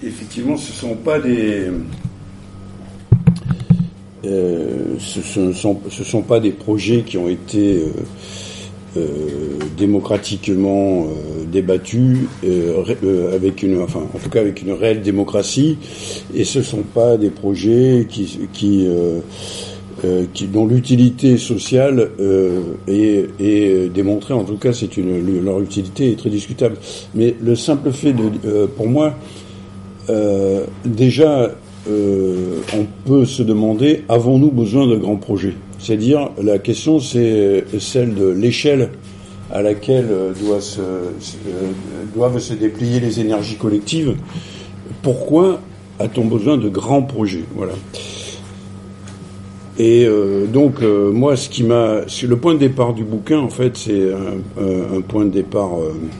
effectivement, ce sont pas des ce sont pas des projets qui ont été démocratiquement débattus avec en tout cas avec une réelle démocratie, et ce sont pas des projets dont l'utilité sociale est démontrée. En tout cas, leur utilité est très discutable. Mais le simple fait pour moi, déjà, on peut se demander, avons-nous besoin de grands projets ? C'est-à-dire, la question, c'est celle de l'échelle à laquelle doivent se déplier les énergies collectives. Pourquoi a-t-on besoin de grands projets ? Voilà. Et donc, moi, le point de départ du bouquin, en fait, c'est un point de départ,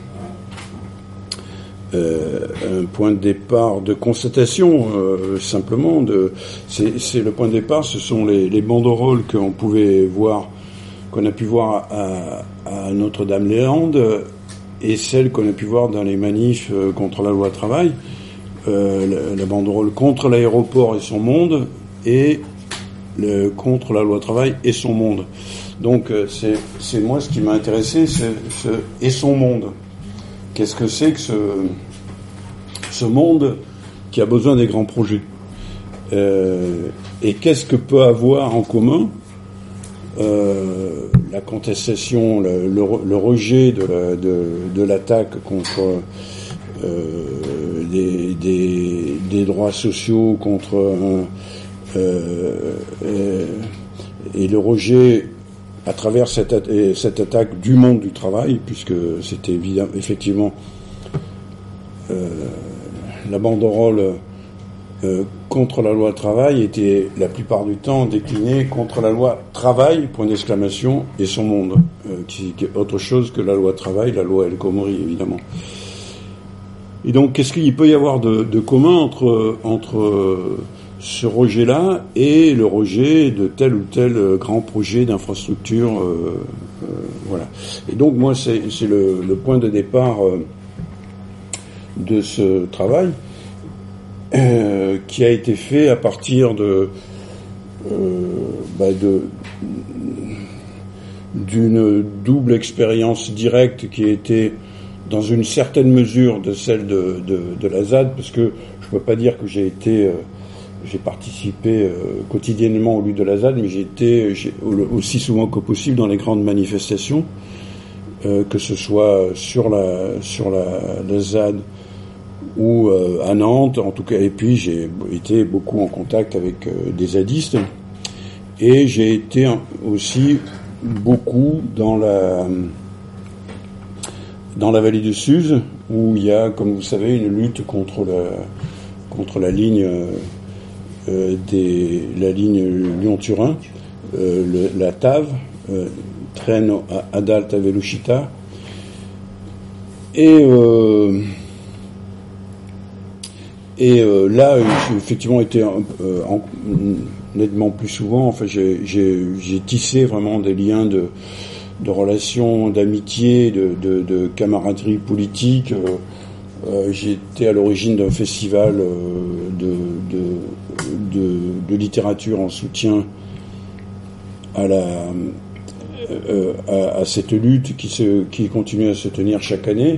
de constatation, simplement. C'est le point de départ. Ce sont les banderoles qu'on a pu voir à Notre-Dame-les-Landes, et celles qu'on a pu voir dans les manifs contre la loi travail. La banderole contre l'aéroport et son monde, et contre la loi travail et son monde. Donc c'est moi, ce qui m'a intéressé, et son monde. Qu'est-ce que c'est que ce monde qui a besoin des grands projets, et qu'est-ce que peut avoir en commun la contestation, le rejet de l'attaque contre des droits sociaux, contre et le rejet à travers cette attaque du monde du travail, puisque c'était effectivement la banderole contre la loi travail était la plupart du temps déclinée contre la loi travail, point d'exclamation, et son monde, qui est autre chose que la loi travail, la loi El Khomri, évidemment. Et donc, qu'est-ce qu'il peut y avoir de commun entre ce rejet-là et le rejet de tel ou tel grand projet d'infrastructure, voilà. Et donc, moi, c'est le point de départ de ce travail, qui a été fait à partir d'une double expérience directe qui a été dans une certaine mesure de celle de la ZAD, parce que je peux pas dire que j'ai participé quotidiennement au lutte de la ZAD, mais j'ai aussi souvent que possible dans les grandes manifestations, que ce soit sur la ZAD ou à Nantes, en tout cas. Et puis j'ai été beaucoup en contact avec des zadistes, et j'ai été aussi beaucoup dans la vallée de Suse, où il y a, comme vous savez, une lutte contre la ligne la ligne Lyon-Turin, la TAV, Treno ad alta velocità, et là, j'ai effectivement été nettement plus souvent. Enfin, j'ai tissé vraiment des liens de relations, d'amitié, de camaraderie politique. J'étais à l'origine d'un festival de littérature en soutien à cette lutte qui continue à se tenir chaque année.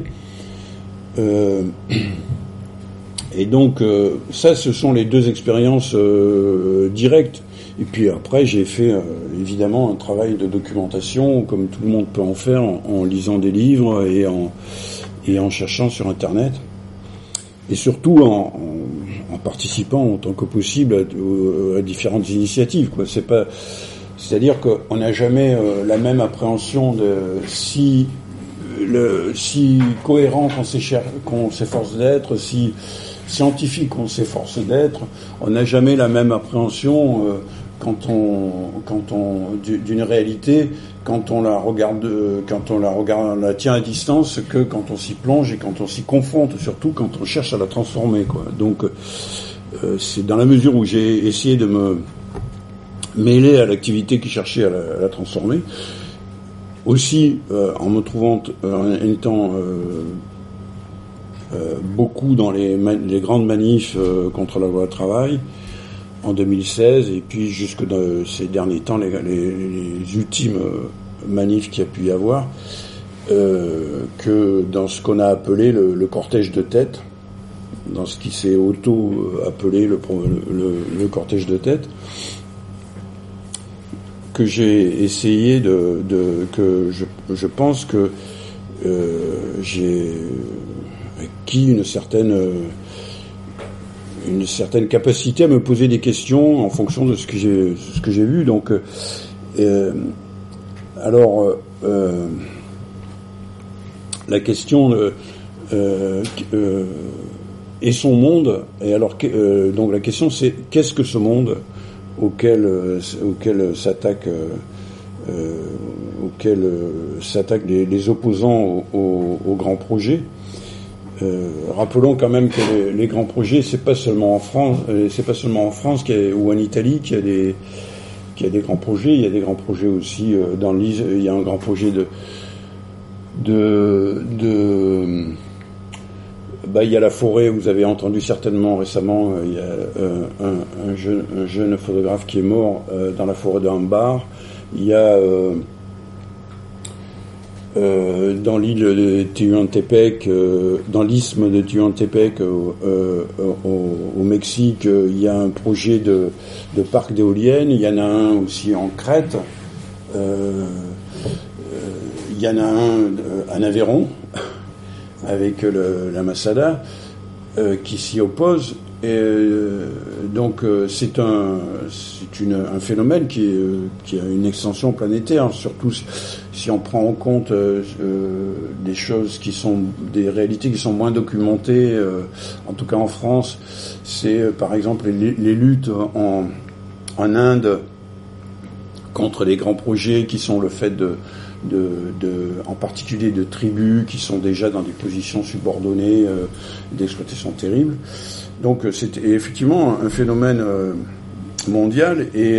Et donc ça, ce sont les deux expériences directes. Et puis après, j'ai fait évidemment un travail de documentation, comme tout le monde peut en faire, en lisant des livres et en cherchant sur Internet, et surtout en participant autant que possible à différentes initiatives, quoi. C'est-à-dire qu'on n'a jamais la même appréhension de si cohérent qu'on s'efforce d'être, si scientifique qu'on s'efforce d'être. On n'a jamais la même appréhension d'une réalité quand on la regarde, on la tient à distance, que quand on s'y plonge et quand on s'y confronte, surtout quand on cherche à la transformer, quoi. Donc c'est dans la mesure où j'ai essayé de me mêler à l'activité qui cherchait à la transformer, aussi en me trouvant en étant beaucoup dans les grandes manifs contre la loi travail en 2016, et puis jusque dans ces derniers temps, les ultimes manifs qu'il y a pu y avoir, que dans ce qu'on a appelé le cortège de tête, dans ce qui s'est auto-appelé le cortège de tête, que j'ai essayé que je pense que j'ai acquis une certaine capacité à me poser des questions en fonction de ce que j'ai vu. Donc, la question est son monde. Et alors, donc la question c'est qu'est-ce que ce monde auquel s'attaquent les opposants aux grands projets. Rappelons quand même que les grands projets, c'est pas seulement en France ou en Italie qu'il y a des grands projets. Il y a des grands projets aussi dans l'Ise. Il y a un grand projet il y a la forêt. Vous avez entendu certainement récemment, il y a un jeune photographe qui est mort dans la forêt d'Ambar. Il y a dans l'île de Tehuantepec, dans l'isthme de Tehuantepec au Mexique, il y a un projet de parc d'éoliennes. Il y en a un aussi en Crète. Il y en a un en Aveyron avec la Masada qui s'y oppose. Et donc c'est un phénomène qui a une extension planétaire, surtout si on prend en compte des choses des réalités qui sont moins documentées, en tout cas en France. C'est par exemple les luttes en Inde contre les grands projets qui sont le fait en particulier de tribus qui sont déjà dans des positions subordonnées, d'exploitation terrible. Donc c'est effectivement un phénomène mondial, et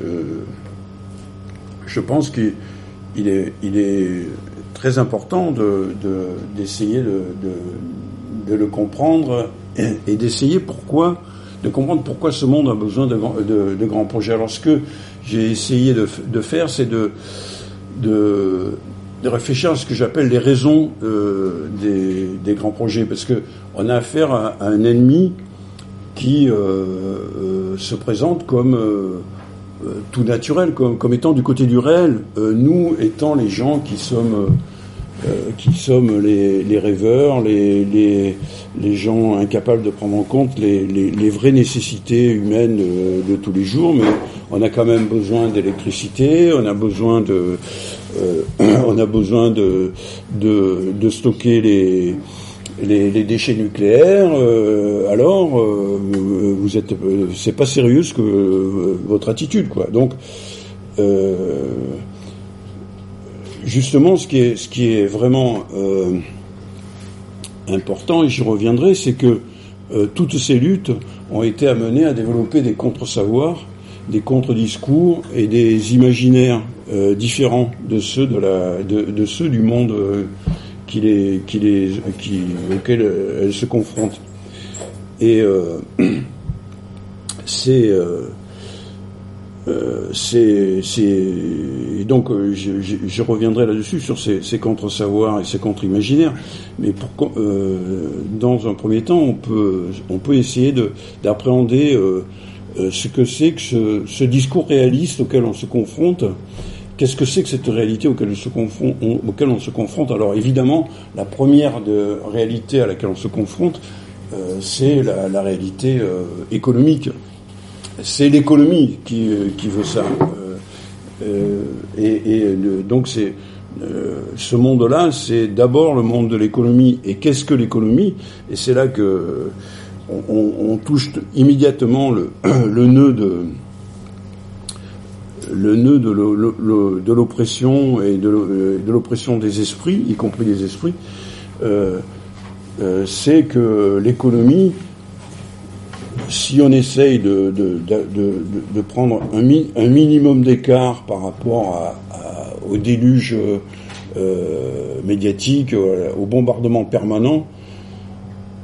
je pense qu'il est très important d'essayer de le comprendre et d'essayer de comprendre pourquoi ce monde a besoin de grands projets. Alors ce que j'ai essayé de faire, c'est de réfléchir à ce que j'appelle les raisons des grands projets, parce que on a affaire à un ennemi qui se présente comme tout naturel, comme étant du côté du réel. Nous étant les gens qui sommes les rêveurs, les gens incapables de prendre en compte les vraies nécessités humaines de tous les jours, mais on a quand même besoin d'électricité, on a besoin de stocker les déchets nucléaires. C'est pas sérieux votre attitude, quoi. Donc justement, ce qui est vraiment important, et j'y reviendrai, c'est que toutes ces luttes ont été amenées à développer des contre-savoirs, des contre-discours et des imaginaires différents de ceux du monde auquel elles se confrontent. Et donc je reviendrai là-dessus sur ces contre-savoirs et ces contre-imaginaires, mais dans un premier temps on peut essayer d'appréhender ce que c'est que ce discours réaliste auquel on se confronte. Qu'est-ce que c'est que cette réalité auquel on se confronte? Alors évidemment, la première réalité à laquelle on se confronte, c'est la réalité économique. C'est l'économie qui veut ça. Donc ce monde-là, c'est d'abord le monde de l'économie. Et qu'est-ce que l'économie? Et c'est là que on touche immédiatement le nœud de l'oppression et de l'oppression des esprits, y compris des esprits. C'est que l'économie, si on essaye de prendre un minimum d'écart par rapport au déluge médiatique, au bombardement permanent,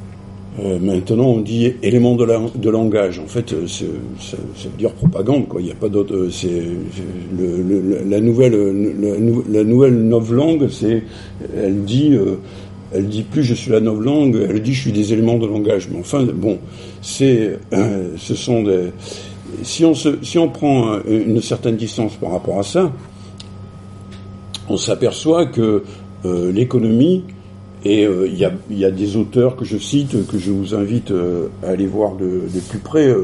Maintenant, on dit élément de langage. En fait, ça veut dire propagande, quoi. Il n'y a pas d'autre. La nouvelle novlangue, elle dit plus je suis la novlangue, elle dit je suis des éléments de langage. Mais enfin, bon, ce sont des. Si on prend une certaine distance par rapport à ça, on s'aperçoit que l'économie. Et il y a des auteurs que je cite, que je vous invite à aller voir de plus près,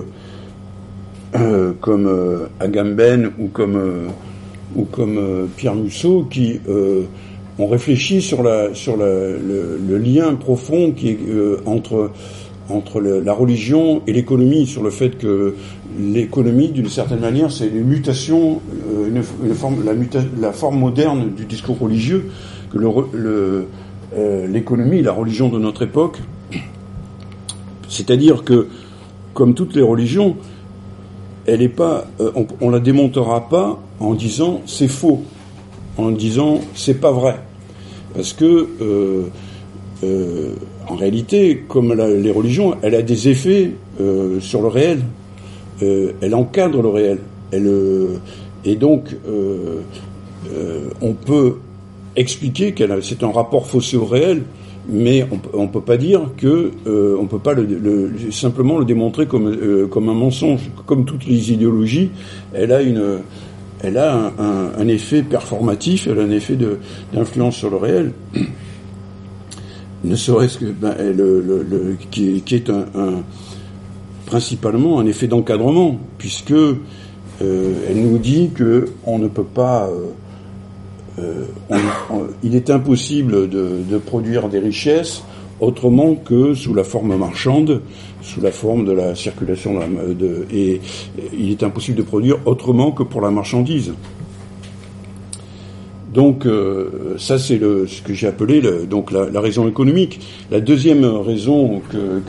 comme Agamben ou comme Pierre Musso, qui ont réfléchi sur le lien profond qui est entre la religion et l'économie, sur le fait que l'économie, d'une certaine manière, c'est une mutation, la forme moderne du discours religieux, que l'économie, la religion de notre époque, c'est-à-dire que, comme toutes les religions, elle est pas, on la démontera pas en disant c'est faux, en disant c'est pas vrai, parce que en réalité, comme les religions, elle a des effets sur le réel, elle encadre le réel, et donc on peut expliquer c'est un rapport faussé au réel, mais on peut pas dire que on peut pas simplement le démontrer comme un mensonge. Comme toutes les idéologies, elle a un effet performatif, elle a un effet d'influence sur le réel, ne serait-ce que qui est principalement un effet d'encadrement, puisque elle nous dit que on ne peut pas il est impossible de produire des richesses autrement que sous la forme marchande, sous la forme de la circulation et il est impossible de produire autrement que pour la marchandise. Donc ça c'est ce que j'ai appelé la raison économique. La deuxième raison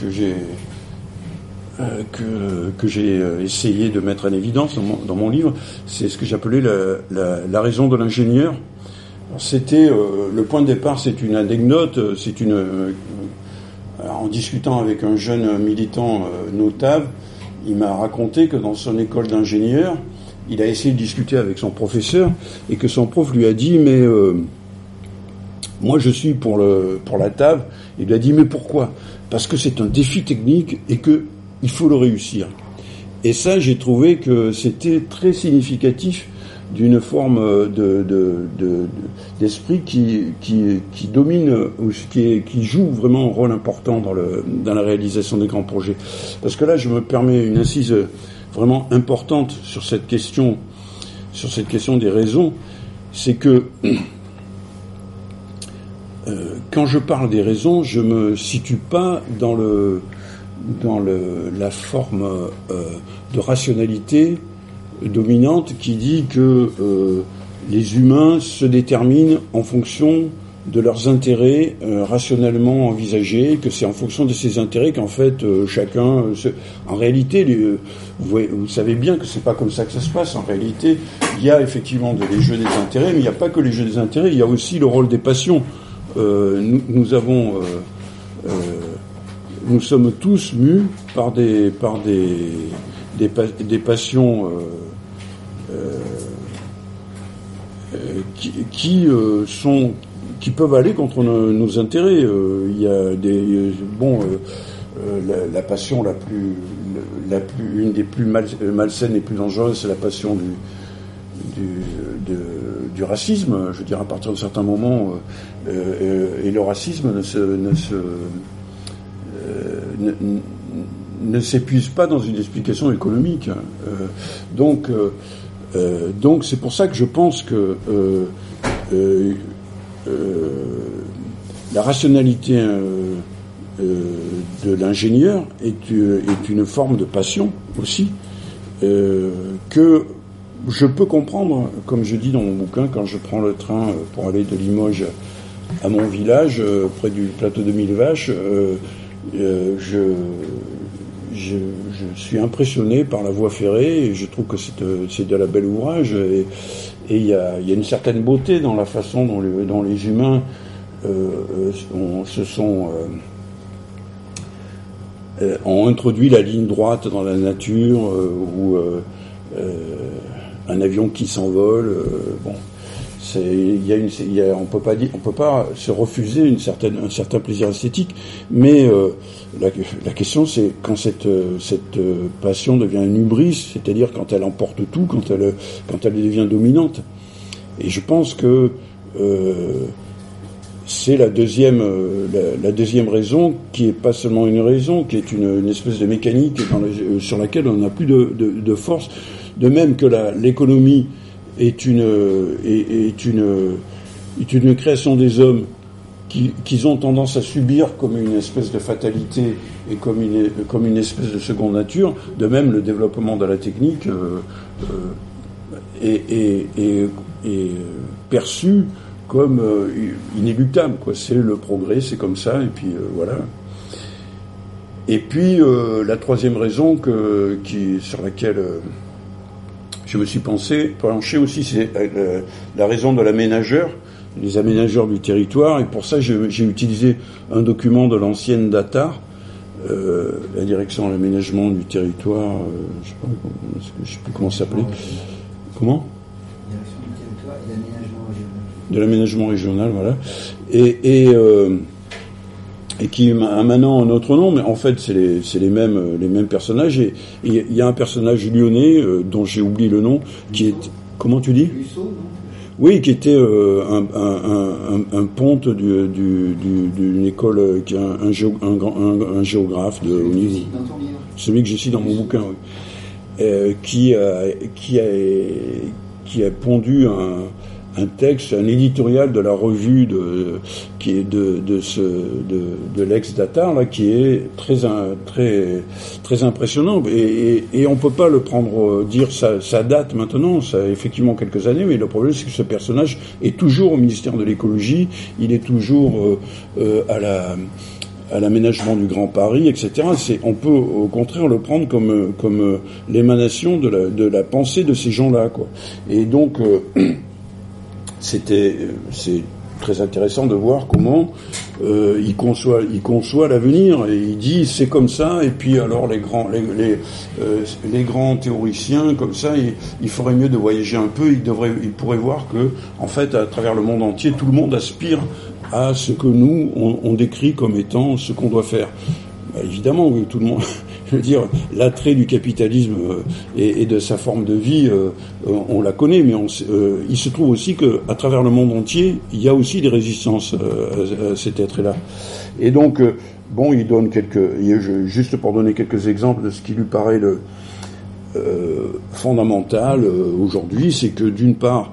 que j'ai essayé de mettre en évidence dans mon livre, c'est ce que j'appelais la raison de l'ingénieur. C'était le point de départ, c'est une anecdote, en discutant avec un jeune militant notable, il m'a raconté que dans son école d'ingénieur, il a essayé de discuter avec son professeur et que son prof lui a dit mais moi je suis pour la table. Il lui a dit mais pourquoi ? Parce que c'est un défi technique et que il faut le réussir. Et ça, j'ai trouvé que c'était très significatif d'une forme d'esprit qui domine ou qui joue vraiment un rôle important dans la réalisation des grands projets. Parce que là, je me permets une incise vraiment importante sur cette question des raisons, c'est que quand je parle des raisons, je me situe pas dans la forme de rationalité dominante qui dit que les humains se déterminent en fonction de leurs intérêts rationnellement envisagés, que c'est en fonction de ces intérêts qu'en fait chacun... En réalité, vous savez bien que c'est pas comme ça que ça se passe. En réalité, il y a effectivement les jeux des intérêts, mais il n'y a pas que les jeux des intérêts, il y a aussi le rôle des passions. Nous sommes tous mus par des passions qui peuvent aller contre nos intérêts. Il y a la passion une des plus malsaines et plus dangereuses, c'est la passion du racisme. Je veux dire, à partir de certains moments, et le racisme ne s'épuise pas dans une explication économique. Donc c'est pour ça que je pense que la rationalité de l'ingénieur est une forme de passion aussi, que je peux comprendre, comme je dis dans mon bouquin, quand je prends le train pour aller de Limoges à mon village, près du plateau de Mille Vaches, je suis impressionné par la voie ferrée et je trouve que c'est de la belle ouvrage et il y a une certaine beauté dans la façon dont les humains se sont ont introduit la ligne droite dans la nature, ou un avion qui s'envole. Bon, on peut pas se refuser un certain plaisir esthétique, mais la question c'est quand cette passion devient une hubris, c'est-à-dire quand elle emporte tout, quand elle devient dominante. Et je pense que c'est la deuxième raison, qui est pas seulement une raison, qui est une espèce de mécanique sur laquelle on n'a plus de force. De même que l'économie est une création des hommes qu'ils ont tendance à subir comme une espèce de fatalité et comme une espèce de seconde nature. De même, le développement de la technique est perçu comme inéluctable, quoi. C'est le progrès, c'est comme ça, et puis voilà. Et puis la troisième raison sur laquelle je me suis penché aussi, c'est la raison de l'aménageur, les aménageurs du territoire, et pour ça j'ai utilisé un document de l'ancienne DATAR, la direction de l'aménagement du territoire, je sais plus comment ça s'appelait. Comment ? Direction du territoire et l'aménagement régional. De l'aménagement régional, voilà. Et qui a maintenant un autre nom, mais en fait c'est les mêmes personnages. Et il y a un personnage lyonnais dont j'ai oublié le nom, qui est, comment tu dis ? Lusso, non ? Oui, qui était un ponte d'une école, qui est un géographe de haut niveau. Celui que je cite dans mon bouquin, oui. Qui a pondu un texte, un éditorial de la revue de l'ex-Datar, là, qui est très impressionnant, et on peut pas le dire ça date maintenant, ça a effectivement quelques années, mais le problème c'est que ce personnage est toujours au ministère de l'écologie, il est toujours à l'aménagement du Grand Paris, etc. On peut au contraire le prendre comme l'émanation de la pensée de ces gens-là, quoi. Et donc c'est très intéressant de voir comment il conçoit l'avenir, et il dit c'est comme ça, et puis alors les grands théoriciens comme ça, il ferait mieux de voyager un peu, il pourrait voir que en fait à travers le monde entier tout le monde aspire à ce que nous on décrit comme étant ce qu'on doit faire. Bah, évidemment, oui, tout le monde. Je veux dire, l'attrait du capitalisme et de sa forme de vie, on la connaît, mais il se trouve aussi que à travers le monde entier, il y a aussi des résistances à cet attrait-là. Et donc, il donne juste pour donner quelques exemples de ce qui lui paraît le fondamental aujourd'hui, c'est que d'une part,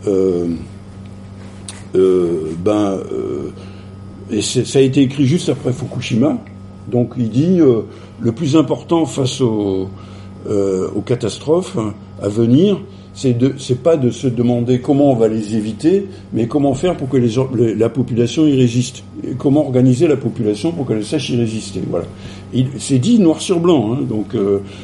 et ça a été écrit juste après Fukushima. Donc il dit le plus important face aux catastrophes à venir, c'est pas de se demander comment on va les éviter, mais comment faire pour que la population y résiste. Et comment organiser la population pour qu'elle sache y résister. Voilà. C'est dit noir sur blanc. Hein, donc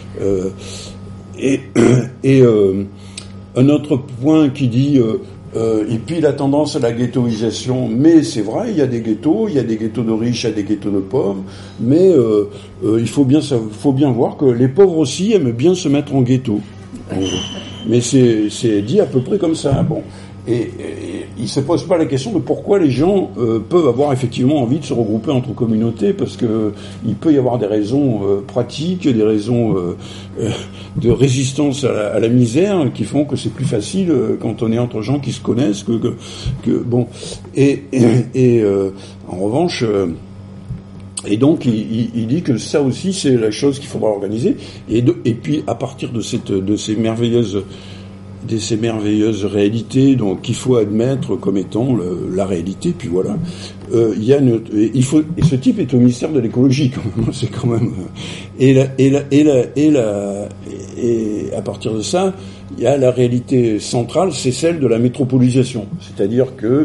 un autre point qui dit et puis la tendance à la ghettoisation, mais c'est vrai, il y a des ghettos de riches, il y a des ghettos de pauvres, mais il faut bien voir que les pauvres aussi aiment bien se mettre en ghetto. Mais c'est dit à peu près comme ça. Bon, et il se pose pas la question de pourquoi les gens peuvent avoir effectivement envie de se regrouper entre communautés, parce que il peut y avoir des raisons pratiques, des raisons de résistance à la misère qui font que c'est plus facile quand on est entre gens qui se connaissent que bon. Et en revanche, et donc il dit que ça aussi c'est la chose qu'il faudra organiser, et puis à partir de ces merveilleuses réalités, donc qu'il faut admettre comme étant la réalité, puis voilà. Et ce type est au ministère de l'écologie quand même, c'est quand même. Et à partir de ça, il y a la réalité centrale, c'est celle de la métropolisation, c'est-à-dire que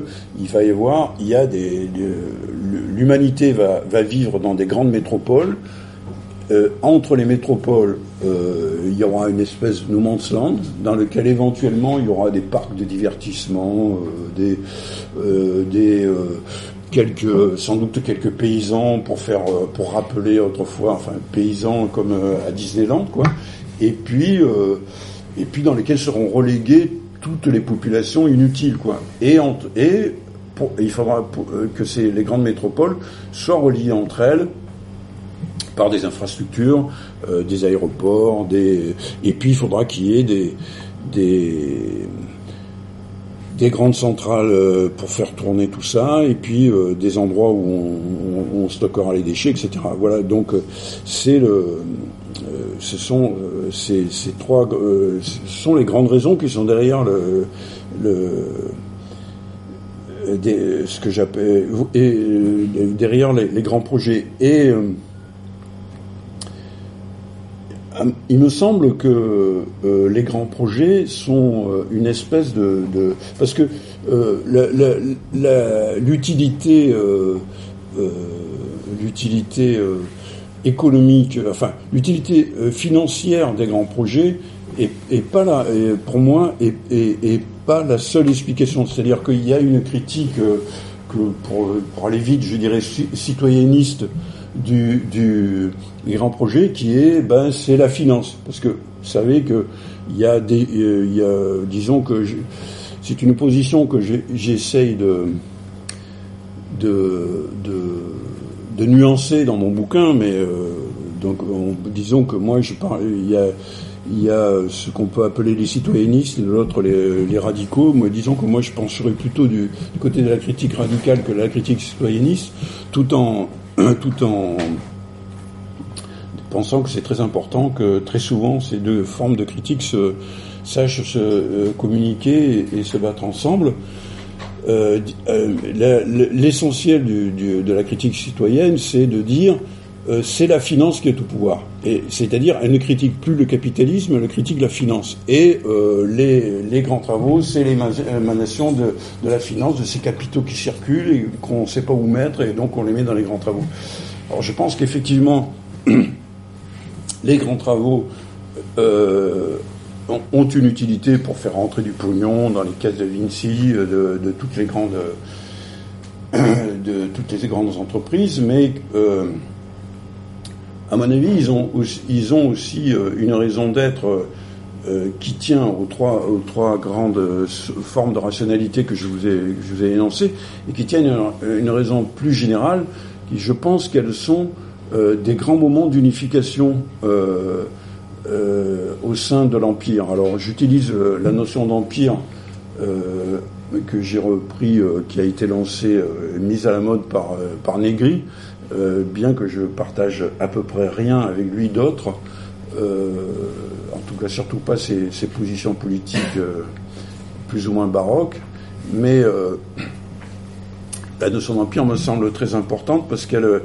l'humanité va vivre dans des grandes métropoles. Entre les métropoles, il y aura une espèce de no man's land dans lequel éventuellement il y aura des parcs de divertissement, sans doute quelques paysans pour rappeler autrefois, enfin paysans comme à Disneyland, quoi. Et puis dans lesquels seront reléguées toutes les populations inutiles, quoi. Et il faudra que les grandes métropoles soient reliées entre elles par des infrastructures, des aéroports, et puis il faudra qu'il y ait des grandes centrales pour faire tourner tout ça, et puis des endroits où on stockera les déchets, etc. Voilà, donc ce sont les grandes raisons qui sont derrière ce que j'appelle derrière les grands projets. Et il me semble que les grands projets sont une espèce parce que l'utilité économique, enfin l'utilité financière des grands projets est pas là, pour moi, est pas la seule explication. C'est-à-dire qu'il y a une critique que pour aller vite, je dirais citoyenniste du grand projet qui est c'est la finance, parce que vous savez que il y a disons que c'est une position que j'essaye de nuancer dans mon bouquin, mais donc disons que moi je parle, il y a ce qu'on peut appeler les citoyennistes, l'autre les radicaux. Moi, disons que moi je pencherais plutôt du côté de la critique radicale que de la critique citoyenniste, tout en pensant que c'est très important que très souvent ces deux formes de critique sachent se communiquer et se battre ensemble. L'essentiel de la critique citoyenne, c'est de dire c'est la finance qui est au pouvoir. Et c'est-à-dire, elle ne critique plus le capitalisme, elle critique la finance. Et les grands travaux, c'est l'émanation de la finance, de ces capitaux qui circulent et qu'on ne sait pas où mettre, et donc on les met dans les grands travaux. Alors je pense qu'effectivement, les grands travaux ont une utilité pour faire rentrer du pognon dans les caisses de Vinci, de toutes les grandes entreprises, mais à mon avis, ils ont aussi une raison d'être qui tient aux trois grandes formes de rationalité que je vous ai énoncées, et qui tient une raison plus générale, qui, je pense qu'elles sont des grands moments d'unification au sein de l'Empire. Alors, j'utilise la notion d'Empire que j'ai repris, qui a été lancée, mise à la mode par Negri, bien que je partage à peu près rien avec lui d'autre, en tout cas surtout pas ses positions politiques plus ou moins baroques, mais la notion d'empire me semble très importante parce qu'elle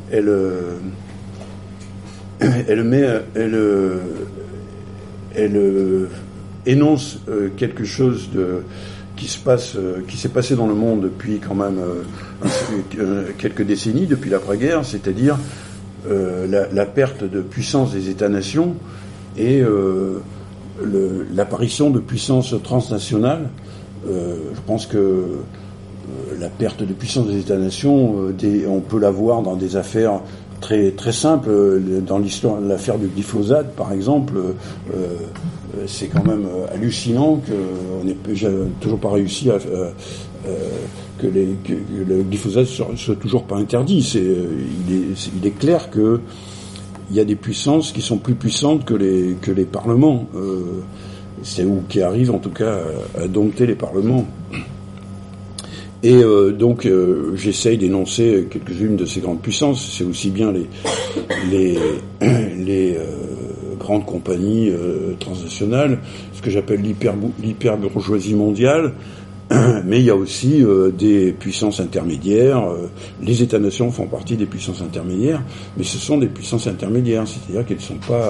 énonce quelque chose qui s'est passé dans le monde depuis quand même quelques décennies, depuis l'après-guerre, c'est-à-dire la perte de puissance des États-nations et l'apparition de puissances transnationales. Je pense que la perte de puissance des États-nations, on peut la voir dans des affaires très très simples. Dans l'histoire, l'affaire du glyphosate, par exemple, c'est quand même hallucinant qu'on n'ait toujours pas réussi que le glyphosate soit toujours pas interdit. Il est clair que il y a des puissances qui sont plus puissantes que les parlements, ou qui arrivent en tout cas à dompter les parlements. Et donc j'essaye d'énoncer quelques-unes de ces grandes puissances. C'est aussi bien les grandes compagnies transnationales, ce que j'appelle l'hyperbourgeoisie mondiale, mais il y a aussi des puissances intermédiaires. Les États-nations font partie des puissances intermédiaires, mais ce sont des puissances intermédiaires, c'est-à-dire qu'elles ne sont pas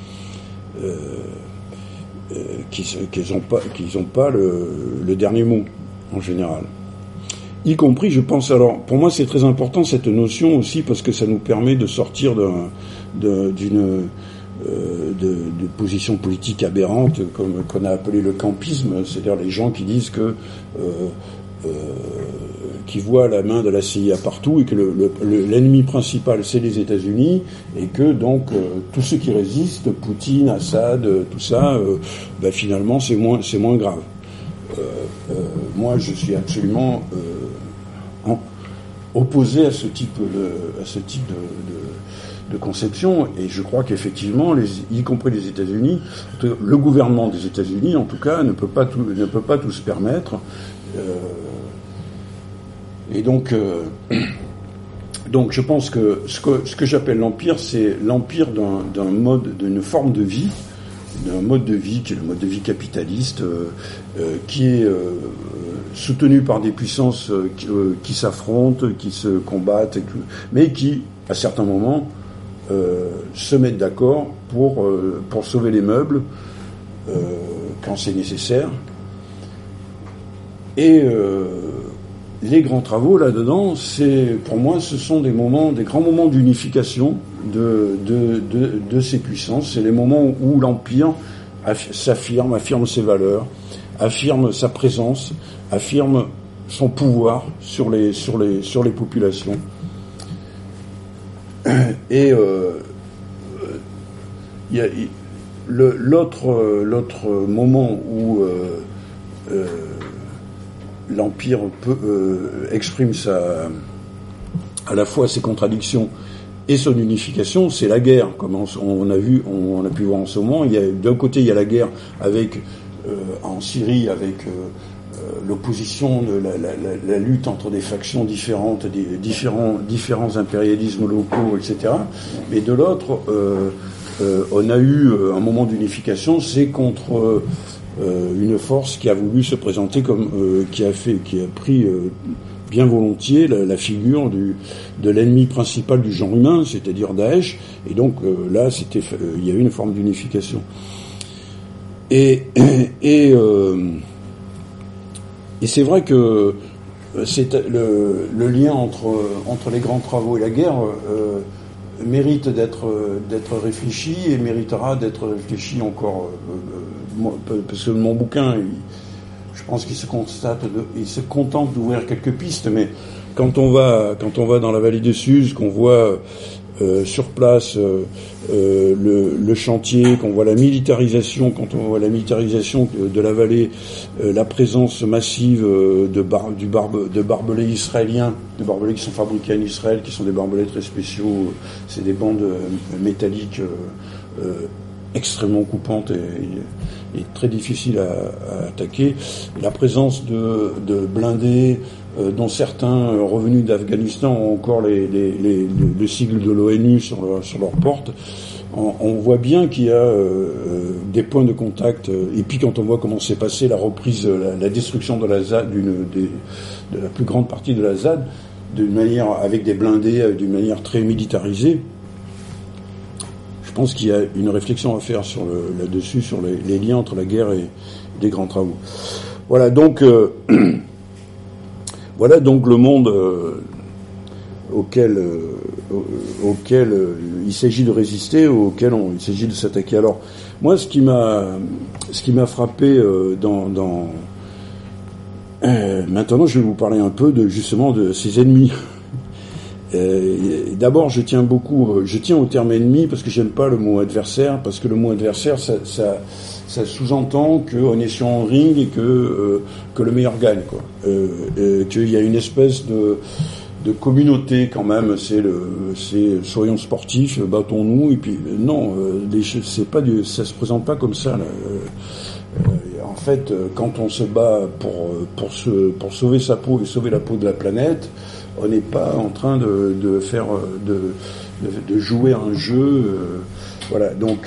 qu'ils ont pas le dernier mot en général. Y compris, je pense, alors pour moi c'est très important cette notion aussi parce que ça nous permet de sortir d'une position politique aberrante qu'on a appelé le campisme, c'est-à-dire les gens qui disent que qui voit la main de la CIA partout et que l'ennemi principal c'est les États-Unis et que donc tous ceux qui résistent, Poutine, Assad, tout ça, finalement c'est moins grave. Moi je suis absolument opposé à ce type de conception, et je crois qu'effectivement, y compris les États-Unis, le gouvernement des États-Unis, en tout cas, ne peut pas tout se permettre. Et donc je pense que ce que j'appelle l'empire, c'est l'empire d'une forme de vie, d'un mode de vie qui est le mode de vie capitaliste, qui est soutenu par des puissances qui s'affrontent, qui se combattent, mais qui, à certains moments, se mettent d'accord pour sauver les meubles quand c'est nécessaire. Et les grands travaux là-dedans, pour moi, ce sont des grands moments d'unification de ces puissances. C'est les moments où l'empire affirme ses valeurs, affirme sa présence, affirme son pouvoir sur les populations. Et il y a l'autre moment où l'empire exprime à la fois ses contradictions et son unification, c'est la guerre, comme on a pu voir en ce moment. D'un côté, il y a la guerre en Syrie avec l'opposition, la lutte entre des factions différentes, des différents impérialismes locaux, etc. Mais de l'autre, on a eu un moment d'unification, c'est contre une force qui a voulu se présenter comme qui a pris bien volontiers la figure de l'ennemi principal du genre humain, c'est-à-dire Daesh, et donc là il y a eu une forme d'unification. Et c'est vrai que c'est le lien entre les grands travaux et la guerre mérite d'être réfléchi, et méritera d'être réfléchi encore, parce que mon bouquin, je pense qu'il se contente d'ouvrir quelques pistes, mais quand on va dans la vallée de Suse, qu'on voit sur place le chantier, qu'on voit la militarisation, quand on voit la militarisation de la vallée, la présence massive de barbelés israéliens, de barbelés qui sont fabriqués en Israël, qui sont des barbelés très spéciaux, c'est des bandes métalliques extrêmement coupantes et très difficiles à attaquer. La présence de blindés dont certains revenus d'Afghanistan ont encore le sigle de l'ONU sur leur porte. On voit bien qu'il y a des points de contact. Et puis quand on voit comment s'est passée la reprise, la destruction de la ZAD, de la plus grande partie de la ZAD, d'une manière avec des blindés, d'une manière très militarisée, je pense qu'il y a une réflexion à faire là-dessus, sur les liens entre la guerre et les grands travaux. Voilà donc le monde auquel il s'agit de résister, auquel il s'agit de s'attaquer. Alors moi, ce qui m'a frappé maintenant, je vais vous parler un peu justement de ces ennemis. D'abord, je tiens au terme ennemi parce que j'aime pas le mot adversaire, parce que le mot adversaire, ça sous-entend qu'on est sur un ring et que le meilleur gagne, quoi. Qu'il y a une espèce de communauté quand même. C'est soyons sportifs, battons-nous, et puis non, ça se présente pas comme ça, là. En fait, quand on se bat pour sauver sa peau et sauver la peau de la planète, on n'est pas en train de faire de jouer un jeu. Voilà. Donc,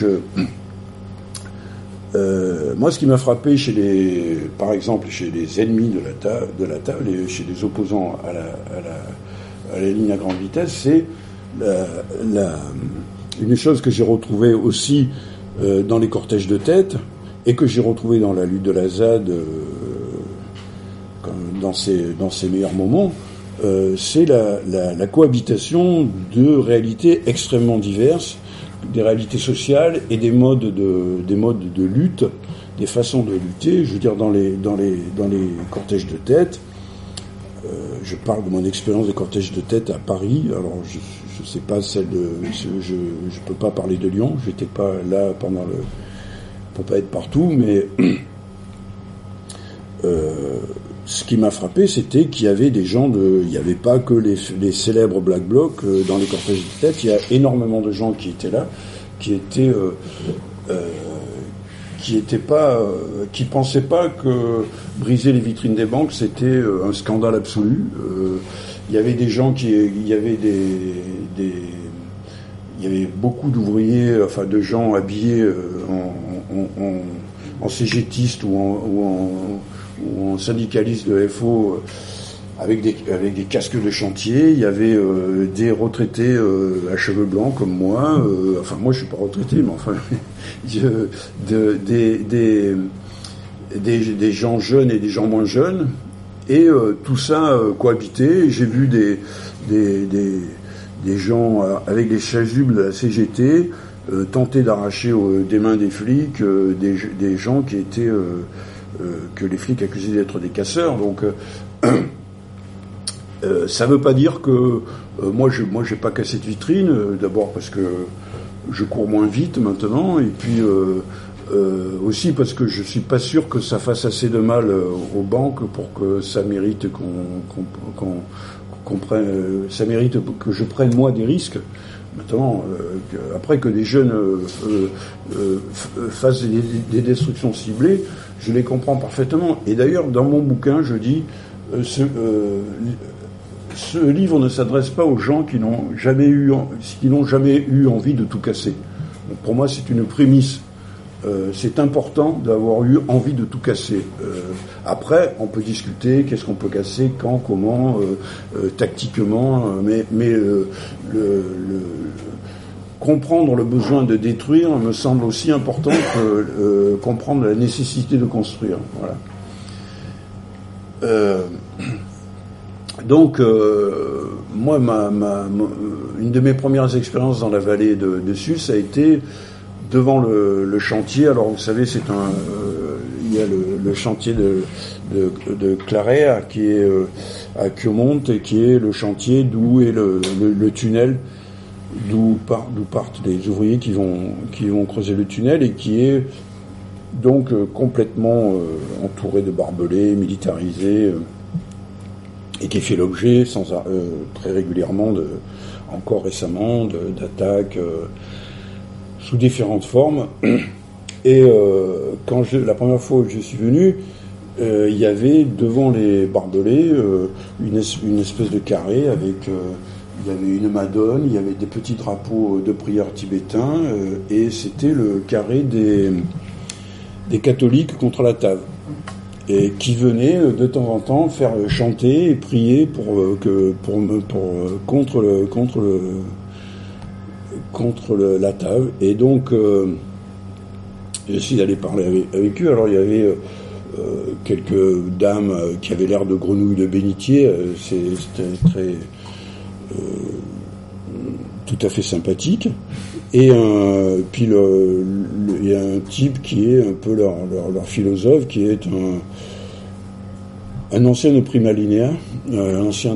moi, ce qui m'a frappé par exemple, chez les ennemis de la table, et chez les opposants à la ligne à grande vitesse, c'est une chose que j'ai retrouvée aussi dans les cortèges de tête, et que j'ai retrouvé dans la lutte de la ZAD dans ses meilleurs moments, c'est la cohabitation de réalités extrêmement diverses, des réalités sociales et des modes de lutte, des façons de lutter. Je veux dire, dans les cortèges de tête, je parle de mon expérience de cortège de tête à Paris. Alors, je sais pas celle de... Je peux pas parler de Lyon. J'étais pas là pendant le... On peut pas être partout, mais... ce qui m'a frappé, c'était qu'il y avait des gens il n'y avait pas que les célèbres Black Blocs dans les cortèges de tête. Il y a énormément de gens qui étaient là, qui pensaient pas que briser les vitrines des banques c'était un scandale absolu. Il y avait des gens il y avait beaucoup d'ouvriers, enfin de gens habillés en cégétistes ou en syndicalistes de FO avec des casques de chantier. Il y avait des retraités à cheveux blancs comme moi. Enfin, moi, je suis pas retraité, mais enfin, des gens jeunes et des gens moins jeunes. Et tout ça cohabitait. J'ai vu des gens avec des chasubles de la CGT tenter d'arracher des mains des flics des gens qui étaient que les flics accusaient d'être des casseurs. Donc ça veut pas dire que moi j'ai pas cassé de vitrine, d'abord parce que je cours moins vite maintenant, et puis aussi parce que je suis pas sûr que ça fasse assez de mal aux banques pour que ça mérite qu'on prenne, ça mérite que je prenne moi des risques. Maintenant, après que des jeunes fassent des destructions ciblées, je les comprends parfaitement. Et d'ailleurs, dans mon bouquin, je dis ce livre ne s'adresse pas aux gens qui n'ont jamais eu envie de tout casser. Donc, pour moi, c'est une prémisse. C'est important d'avoir eu envie de tout casser. Après, on peut discuter qu'est-ce qu'on peut casser, quand, comment, tactiquement, mais comprendre le besoin de détruire me semble aussi important que comprendre la nécessité de construire. Voilà. Donc, moi, une de mes premières expériences dans la vallée de Sus a été devant le chantier. Alors, vous savez, il y a le chantier de Claret qui est à Quemonte, et qui est le chantier d'où est le tunnel, d'où partent les ouvriers qui vont creuser le tunnel, et qui est donc complètement entouré de barbelés, militarisé, et qui fait l'objet très régulièrement encore récemment d'attaques sous différentes formes. Et la première fois où je suis venu, il y avait devant les barbelés une espèce de carré avec il y avait une madone, il y avait des petits drapeaux de prière tibétains, et c'était le carré des catholiques contre la Tave, et qui venaient de temps en temps faire chanter et prier contre la Tave. Et donc j'ai essayé d'aller parler avec eux. Alors il y avait quelques dames qui avaient l'air de grenouilles de bénitier. C'était très tout à fait sympathique. Et puis il y a un type qui est un peu leur philosophe, qui est un ancien de Prima Linea, un ancien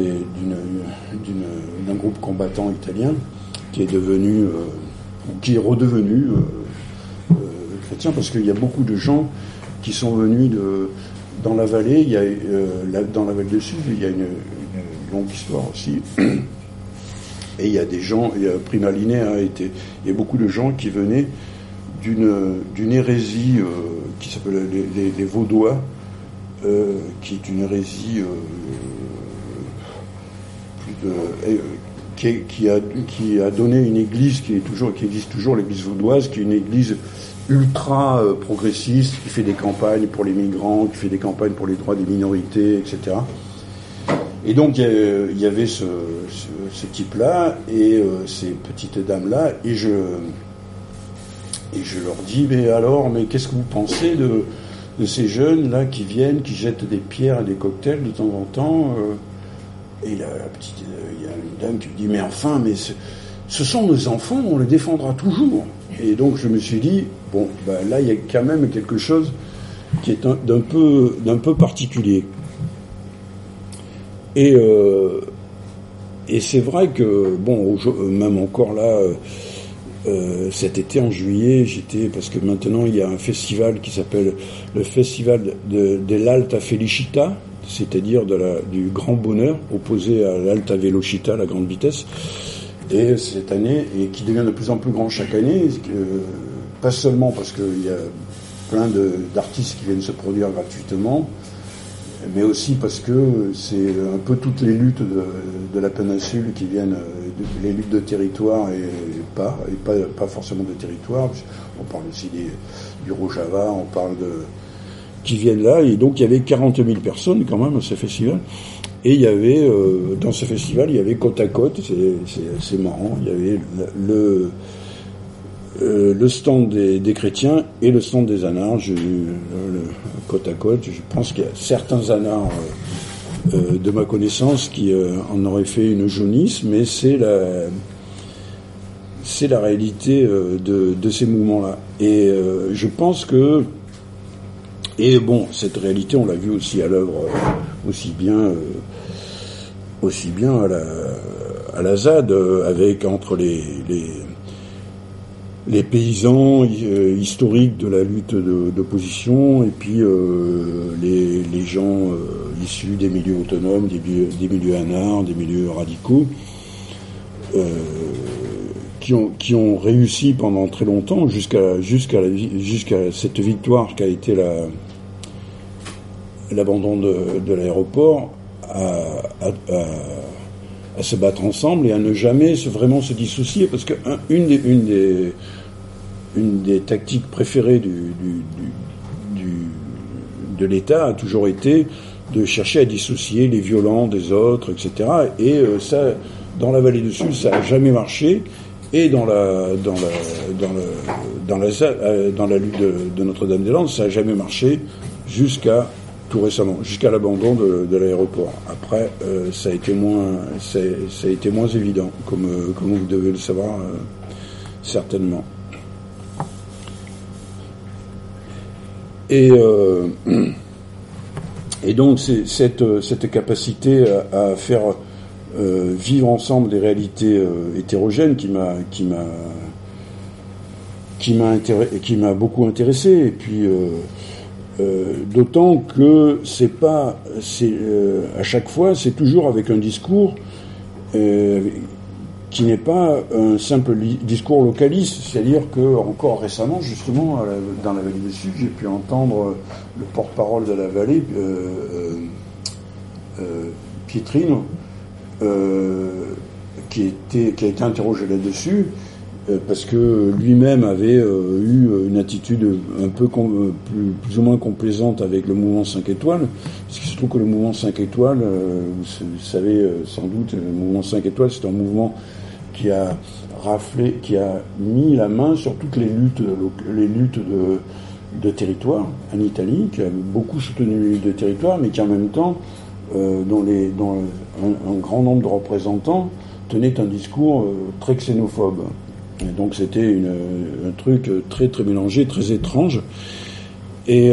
d'un groupe combattant italien, qui est redevenu chrétien, parce qu'il y a beaucoup de gens qui sont venus dans la vallée. Il y a dans la vallée de Sud, il y a une longue histoire aussi. Et il y a des gens, Prima Linea il y a beaucoup de gens qui venaient d'une hérésie qui s'appelle les Vaudois, qui est une hérésie qui a donné une église qui existe toujours, l'église vaudoise, qui est une église ultra progressiste, qui fait des campagnes pour les migrants, qui fait des campagnes pour les droits des minorités, etc. Et donc il y avait ce type-là et ces petites dames-là, et je leur dis, mais qu'est-ce que vous pensez de ces jeunes-là qui viennent, qui jettent des pierres et des cocktails de temps en temps et il y a une dame qui me dit, mais ce sont nos enfants, on les défendra toujours. Et donc je me suis dit, là il y a quand même quelque chose qui est d'un peu particulier. Et c'est vrai que, bon, même encore là, cet été en juillet, parce que maintenant il y a un festival qui s'appelle le Festival de l'Alta Felicita, c'est-à-dire du grand bonheur, opposé à l'Alta Velocita, la grande vitesse. Et cette année, et qui devient de plus en plus grand chaque année, pas seulement parce qu'il y a plein d'artistes qui viennent se produire gratuitement, mais aussi parce que c'est un peu toutes les luttes de la péninsule qui viennent, les luttes de territoire et pas forcément de territoire. On parle aussi du Rojava, on parle qui viennent là, et donc il y avait 40 000 personnes quand même à ce festival. Et il y avait, dans ce festival, il y avait côte à côte, c'est marrant, il y avait le stand des chrétiens et le stand des anards, côte à côte. Je pense qu'il y a certains anards de ma connaissance qui en auraient fait une jaunisse, mais c'est la réalité de ces mouvements-là. Et je pense que, et bon, cette réalité, on l'a vu aussi à l'œuvre, aussi bien à la ZAD, avec entre les paysans historiques de la lutte d'opposition et puis les gens issus des milieux autonomes, des milieux anards, des milieux radicaux, qui ont réussi pendant très longtemps jusqu'à cette victoire qu'a été l'abandon de l'aéroport, à se battre ensemble et à ne jamais vraiment se dissocier, parce que une des tactiques préférées de l'État a toujours été de chercher à dissocier les violents des autres, etc. Et ça, dans la vallée du Sud, ça a jamais marché, et dans la lutte de Notre-Dame-des-Landes, ça a jamais marché jusqu'à tout récemment, jusqu'à l'abandon de l'aéroport. Après, ça a été moins évident, comme vous devez le savoir certainement. Et donc c'est cette capacité à faire vivre ensemble des réalités hétérogènes qui m'a beaucoup intéressé. Et puis d'autant que à chaque fois, c'est toujours avec un discours qui n'est pas un simple discours localiste. C'est-à-dire que, encore récemment, justement, dans la vallée du Sud, j'ai pu entendre le porte-parole de la vallée, Pietrino, qui a été interrogé là-dessus, parce que lui-même avait eu une attitude un peu plus ou moins complaisante avec le mouvement 5 étoiles, parce qu'il se trouve que le mouvement 5 étoiles, vous savez sans doute, le mouvement 5 étoiles, c'est un mouvement qui a mis la main sur toutes les luttes de territoire en Italie, qui a beaucoup soutenu les luttes de territoire, mais qui en même temps, dont un grand nombre de représentants tenaient un discours très xénophobe. Et donc c'était un truc très très mélangé, très étrange. Et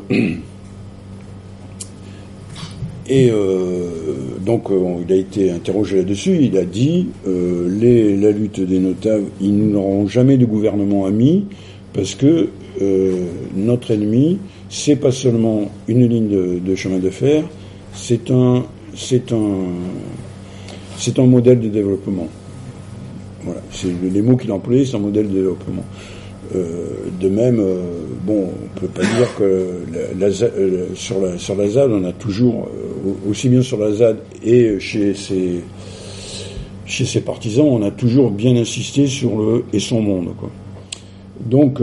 donc il a été interrogé là-dessus. Il a dit la lutte des notables, ils n'auront jamais de gouvernement ami, parce que notre ennemi, c'est pas seulement une ligne de chemin de fer, c'est un modèle de développement. Voilà, c'est les mots qu'il employait, c'est un modèle de développement. De même, on peut pas dire que sur la ZAD, on a toujours, aussi bien sur la ZAD et chez ses partisans, on a toujours bien insisté sur le et son monde, quoi. Donc,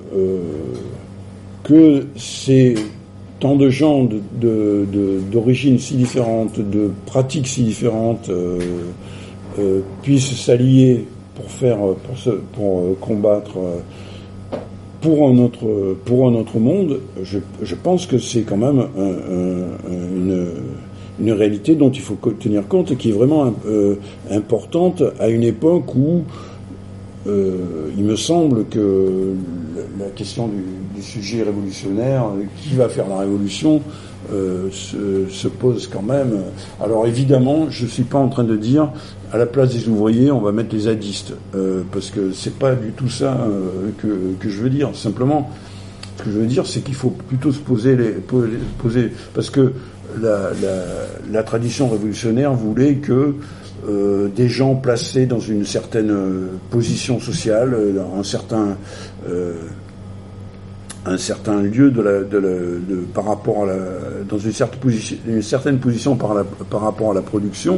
que c'est tant de gens d'origines si différentes, de pratiques si différentes, puissent s'allier pour combattre pour un autre monde, je pense que c'est quand même une réalité dont il faut tenir compte et qui est vraiment importante à une époque où il me semble que la question du sujet révolutionnaire, qui va faire la révolution, se pose quand même. Alors évidemment, je suis pas en train de dire à la place des ouvriers, on va mettre les zadistes, parce que c'est pas du tout ça que je veux dire. Simplement, ce que je veux dire, c'est qu'il faut plutôt se poser parce que la tradition révolutionnaire voulait que des gens placés dans une certaine position sociale, dans un certain lieu par rapport à dans une certaine position par rapport à la production,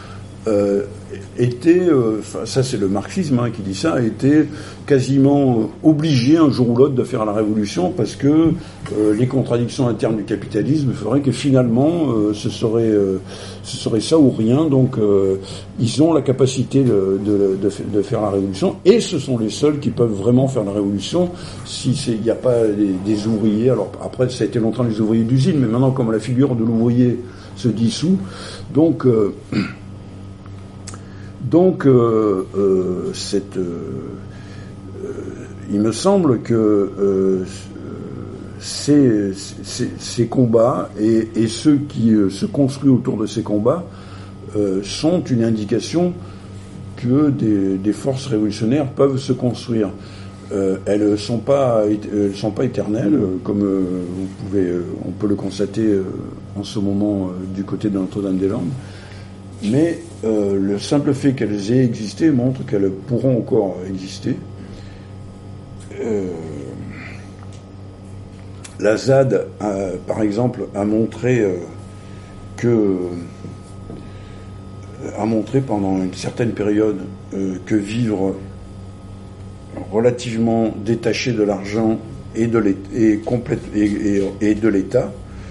ça c'est le marxisme qui dit ça, était quasiment obligé un jour ou l'autre de faire la révolution parce que les contradictions internes du capitalisme feraient que finalement ce serait ça ou rien. Donc ils ont la capacité de faire la révolution, et ce sont les seuls qui peuvent vraiment faire la révolution il n'y a pas des ouvriers. Alors après, ça a été longtemps les ouvriers d'usine, mais maintenant comme la figure de l'ouvrier se dissout, il me semble que ces combats et ceux qui se construisent autour de ces combats sont une indication que des forces révolutionnaires peuvent se construire. Elles sont pas éternelles, comme on peut le constater en ce moment du côté de Notre-Dame-des-Landes. Mais le simple fait qu'elles aient existé montre qu'elles pourront encore exister. La ZAD, par exemple, a montré pendant une certaine période que vivre relativement détaché de l'argent et de l'État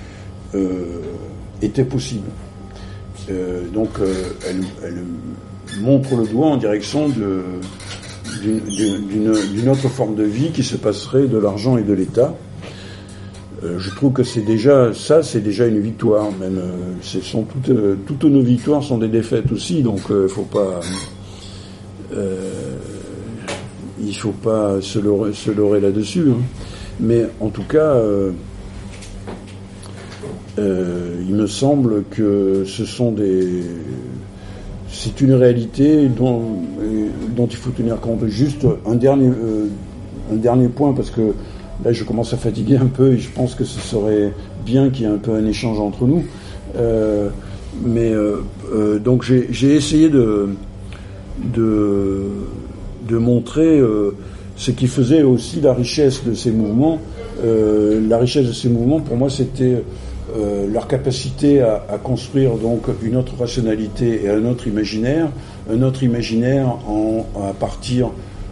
était possible. Donc elle montre le doigt en direction d'une autre forme de vie qui se passerait de l'argent et de l'État. Je trouve que c'est déjà une victoire. Même toutes nos victoires sont des défaites aussi, donc il faut pas se leurrer là-dessus. Mais en tout cas, il me semble que c'est une réalité dont il faut tenir compte. Juste un dernier point, parce que là je commence à fatiguer un peu et je pense que ce serait bien qu'il y ait un peu un échange entre nous. Donc j'ai essayé de montrer ce qui faisait aussi la richesse de ces mouvements. La richesse de ces mouvements, pour moi, c'était leur capacité à construire donc une autre rationalité et un autre imaginaire à partir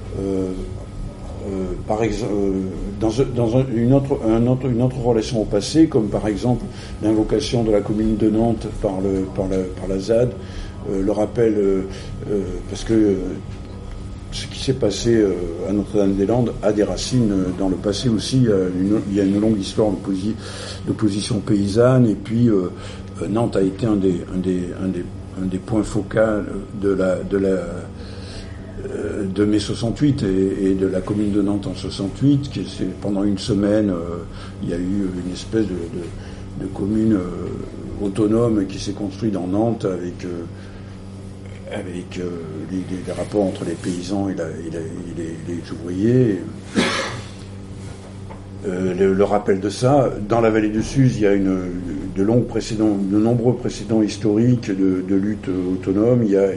par exemple dans une autre relation au passé, comme par exemple l'invocation de la commune de Nantes par la ZAD, le rappel parce que ce qui s'est passé à Notre-Dame-des-Landes a des racines dans le passé aussi. Il y a une longue histoire de position paysanne, et puis Nantes a été un des points focaux de mai 68 et de la commune de Nantes en 68, pendant une semaine, il y a eu une espèce de commune autonome qui s'est construite dans Nantes avec les rapports entre les paysans et les ouvriers. Le rappel de ça, dans la vallée de Suse, il y a de nombreux précédents historiques de lutte autonome. Il y a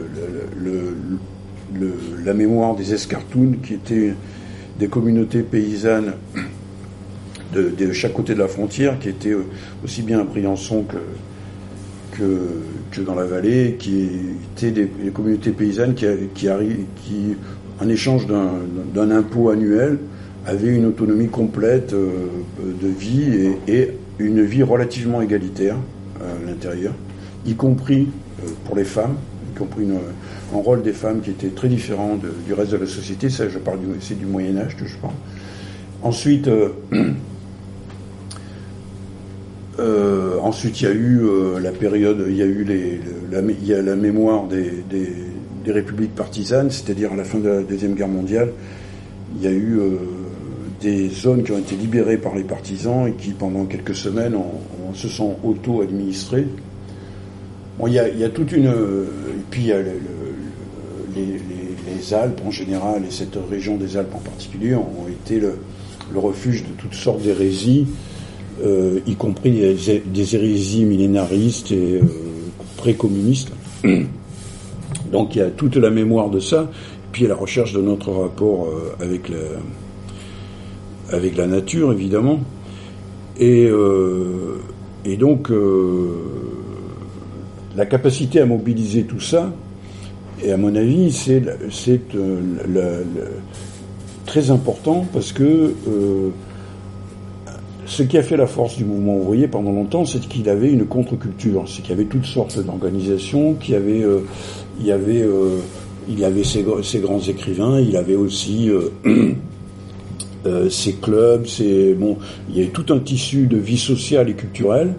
la mémoire des escartounes, qui étaient des communautés paysannes de chaque côté de la frontière, qui étaient aussi bien à Briançon que dans la vallée, qui étaient des communautés paysannes qui en échange d'un impôt annuel, avaient une autonomie complète de vie et une vie relativement égalitaire à l'intérieur, y compris pour les femmes, y compris un rôle des femmes qui était très différent du reste de la société. Ça, c'est du Moyen-Âge que je parle. Ensuite, il y a eu la période, il y a la mémoire des républiques partisanes, c'est-à-dire à la fin de la Deuxième Guerre mondiale, il y a eu des zones qui ont été libérées par les partisans et qui, pendant quelques semaines, se sont auto-administrées. Bon, il y a toute une... et puis, il y a les Alpes en général, et cette région des Alpes en particulier, ont été le refuge de toutes sortes d'hérésies, y compris des hérésies millénaristes et pré-communistes. Donc il y a toute la mémoire de ça, puis il y a la recherche de notre rapport avec la nature, évidemment. Et donc la capacité à mobiliser tout ça, et à mon avis, c'est très important, parce que ce qui a fait la force du mouvement ouvrier pendant longtemps, c'est qu'il avait une contre-culture, c'est qu'il y avait toutes sortes d'organisations, il y avait ces grands écrivains, il y avait aussi ces clubs, il y avait tout un tissu de vie sociale et culturelle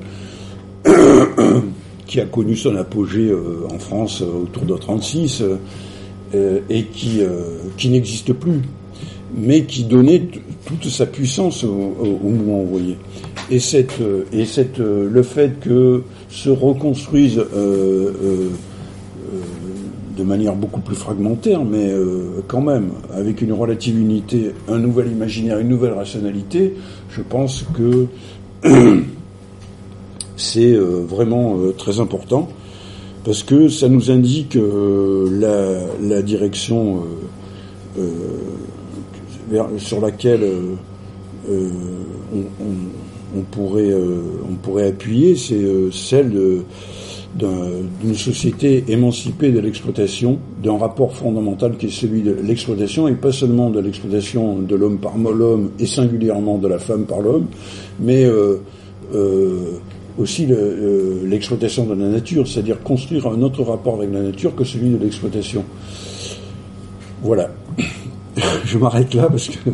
qui a connu son apogée en France autour de 1936 et qui n'existe plus, mais qui donnait toute sa puissance au mouvement ouvrier. Et le fait que se reconstruise de manière beaucoup plus fragmentaire, mais quand même avec une relative unité, un nouvel imaginaire, une nouvelle rationalité, je pense que c'est vraiment très important, parce que ça nous indique la direction sur laquelle on pourrait appuyer, c'est celle d'une société émancipée de l'exploitation, d'un rapport fondamental qui est celui de l'exploitation, et pas seulement de l'exploitation de l'homme par l'homme et singulièrement de la femme par l'homme, mais aussi l'exploitation de la nature, c'est-à-dire construire un autre rapport avec la nature que celui de l'exploitation. Voilà. Je m'arrête là parce que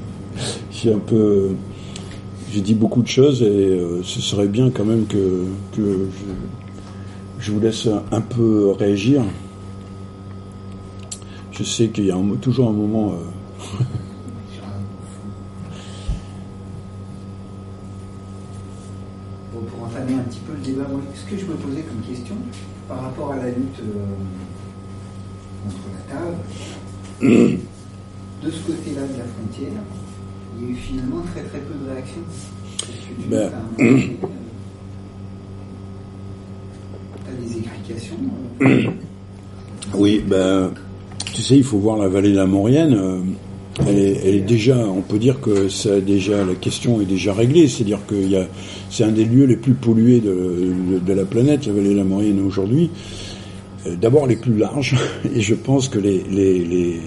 j'ai dit beaucoup de choses, et ce serait bien quand même que je vous laisse un peu réagir. Je sais qu'il y a toujours un moment... Pour entamer un petit peu le débat, ce que je me posais comme question par rapport à la lutte contre la table, de ce côté-là de la frontière, il y a eu finalement très très peu de réactions. T'as des explications Oui, tu sais, il faut voir la vallée de la Maurienne. Elle est déjà, on peut dire que la question est déjà réglée. C'est-à-dire que c'est un des lieux les plus pollués de la planète, la vallée de la Maurienne aujourd'hui. D'abord les plus larges, et je pense que les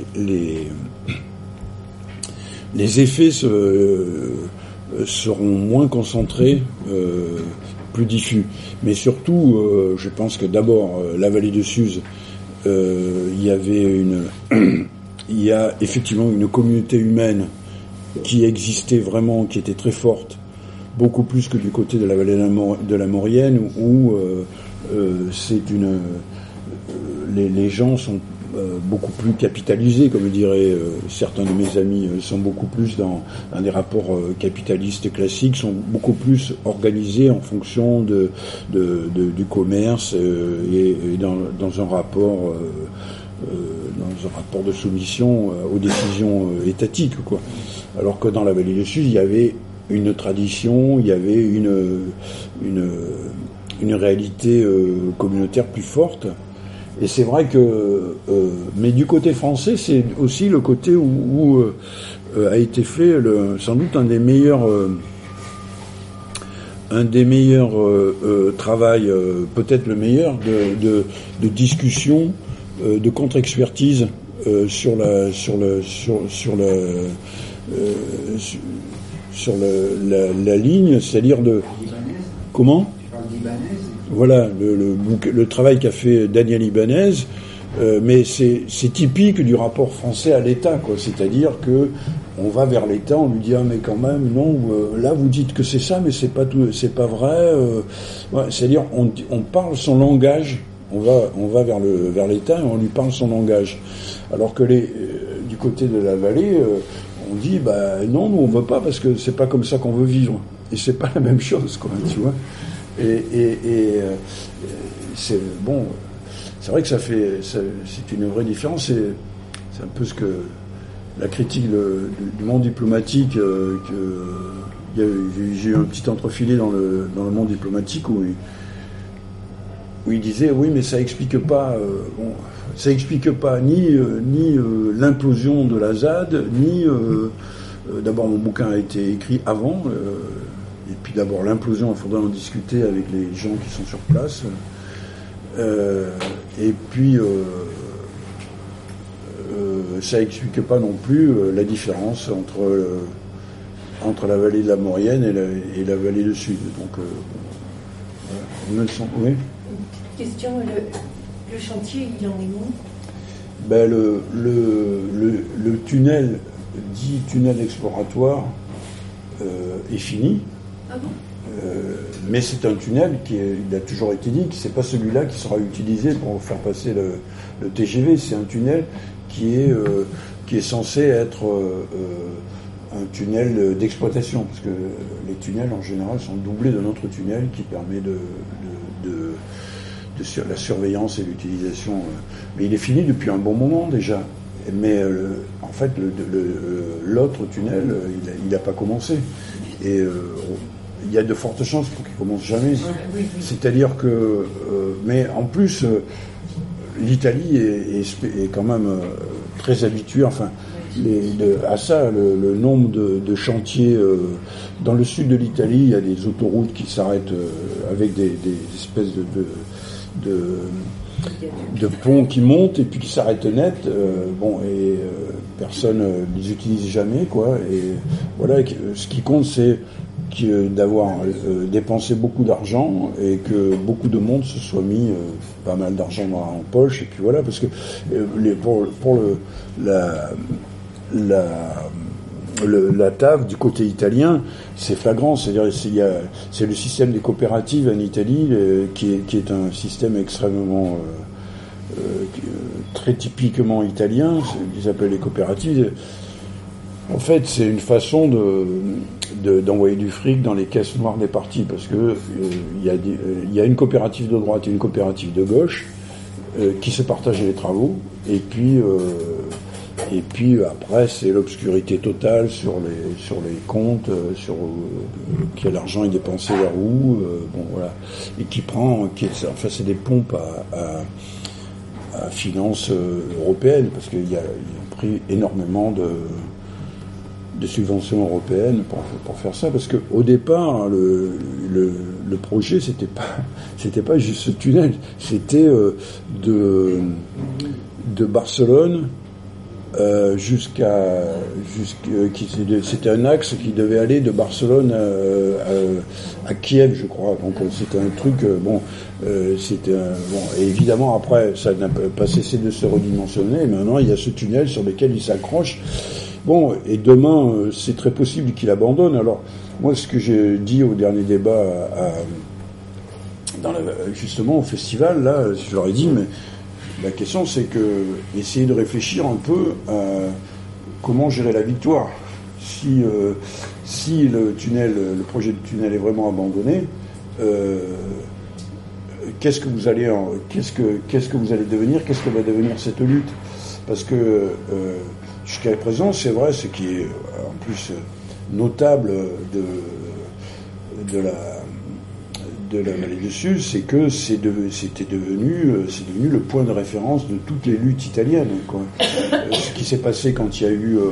effets seront moins concentrés, plus diffus. Mais surtout, je pense que d'abord, la vallée de Suse, il y a effectivement une communauté humaine qui existait vraiment, qui était très forte, beaucoup plus que du côté de la vallée de la Maurienne, où les gens sont beaucoup plus capitalisés, comme diraient certains de mes amis, sont beaucoup plus dans des rapports capitalistes classiques, sont beaucoup plus organisés en fonction du commerce et dans un rapport de soumission aux décisions étatiques, quoi. Alors que dans la vallée du Sud, il y avait une tradition, il y avait une réalité communautaire plus forte. Et c'est vrai que, mais du côté français, c'est aussi le côté où a été fait sans doute un des meilleurs travail, peut-être le meilleur de discussion, de contre-expertise sur la ligne, c'est-à-dire de comment. Voilà le travail qu'a fait Daniel Ibanez, mais c'est typique du rapport français à l'État, quoi. C'est-à-dire que on va vers l'État, on lui dit mais quand même non, là vous dites que c'est ça, mais c'est pas tout, c'est pas vrai. Ouais, c'est-à-dire on parle son langage on va vers l'État et on lui parle son langage. Alors que du côté de la vallée, on dit non, nous on veut pas parce que c'est pas comme ça qu'on veut vivre. Et c'est pas la même chose, quoi, tu vois. C'est bon. C'est vrai que c'est une vraie différence. C'est un peu ce que la critique du monde diplomatique. J'ai eu un petit entrefilé dans le monde diplomatique où il disait oui, mais ça explique pas. Ça explique pas ni l'implosion de la ZAD, ni d'abord mon bouquin a été écrit avant. Et puis d'abord l'implosion, il faudrait en discuter avec les gens qui sont sur place. Et puis ça explique pas non plus la différence entre la vallée de la Maurienne et la vallée du Sud. Donc voilà. Oui. Une petite question, le chantier, il en est où? Le tunnel, dit tunnel exploratoire, est fini. Ah bon? Mais c'est un tunnel il a toujours été dit que c'est pas celui-là qui sera utilisé pour faire passer le TGV. C'est un tunnel qui est censé être un tunnel d'exploitation, parce que les tunnels en général sont doublés d'un autre tunnel qui permet de la surveillance et l'utilisation. Mais il est fini depuis un bon moment déjà. Mais en fait, l'autre tunnel, il n'a pas commencé. Et il y a de fortes chances pour qu'il commence jamais. C'est-à-dire que, mais en plus, l'Italie est quand même très habituée. Enfin, à ça, le nombre de chantiers dans le sud de l'Italie, il y a des autoroutes qui s'arrêtent avec des espèces de ponts qui montent et puis qui s'arrêtent net. Personne les utilise jamais, quoi. Et voilà, ce qui compte, c'est d'avoir dépensé beaucoup d'argent et que beaucoup de monde se soit mis pas mal d'argent en poche, et puis voilà, parce que la TAV du côté italien, c'est flagrant, c'est-à-dire c'est le système des coopératives en Italie qui est un système extrêmement très typiquement italien, qu'ils appellent les coopératives. En fait, c'est une façon d'envoyer du fric dans les caisses noires des partis, parce que il y a une coopérative de droite et une coopérative de gauche qui se partagent les travaux, et puis après c'est l'obscurité totale sur les comptes, sur quel argent est dépensé vers où, voilà, et c'est des pompes à finances européennes, parce qu'ils ont pris énormément de subventions européennes pour faire ça, parce que au départ le projet c'était pas juste ce tunnel, c'était de Barcelone c'était un axe qui devait aller de Barcelone à Kiev, je crois. Donc c'était un truc et évidemment après ça n'a pas cessé de se redimensionner, et maintenant il y a ce tunnel sur lequel il s'accroche. Bon, et demain, c'est très possible qu'il abandonne. Alors, moi, ce que j'ai dit au dernier débat, justement au festival, là, je leur ai dit, mais la question, c'est essayer de réfléchir un peu à comment gérer la victoire. Si le projet de tunnel est vraiment abandonné, qu'est-ce que vous allez devenir? Qu'est-ce que va devenir cette lutte? Parce que jusqu'à présent, c'est vrai, ce qui est en plus notable de la vallée du Sud, c'est que c'est devenu le point de référence de toutes les luttes italiennes, quoi. Ce qui s'est passé quand il y a eu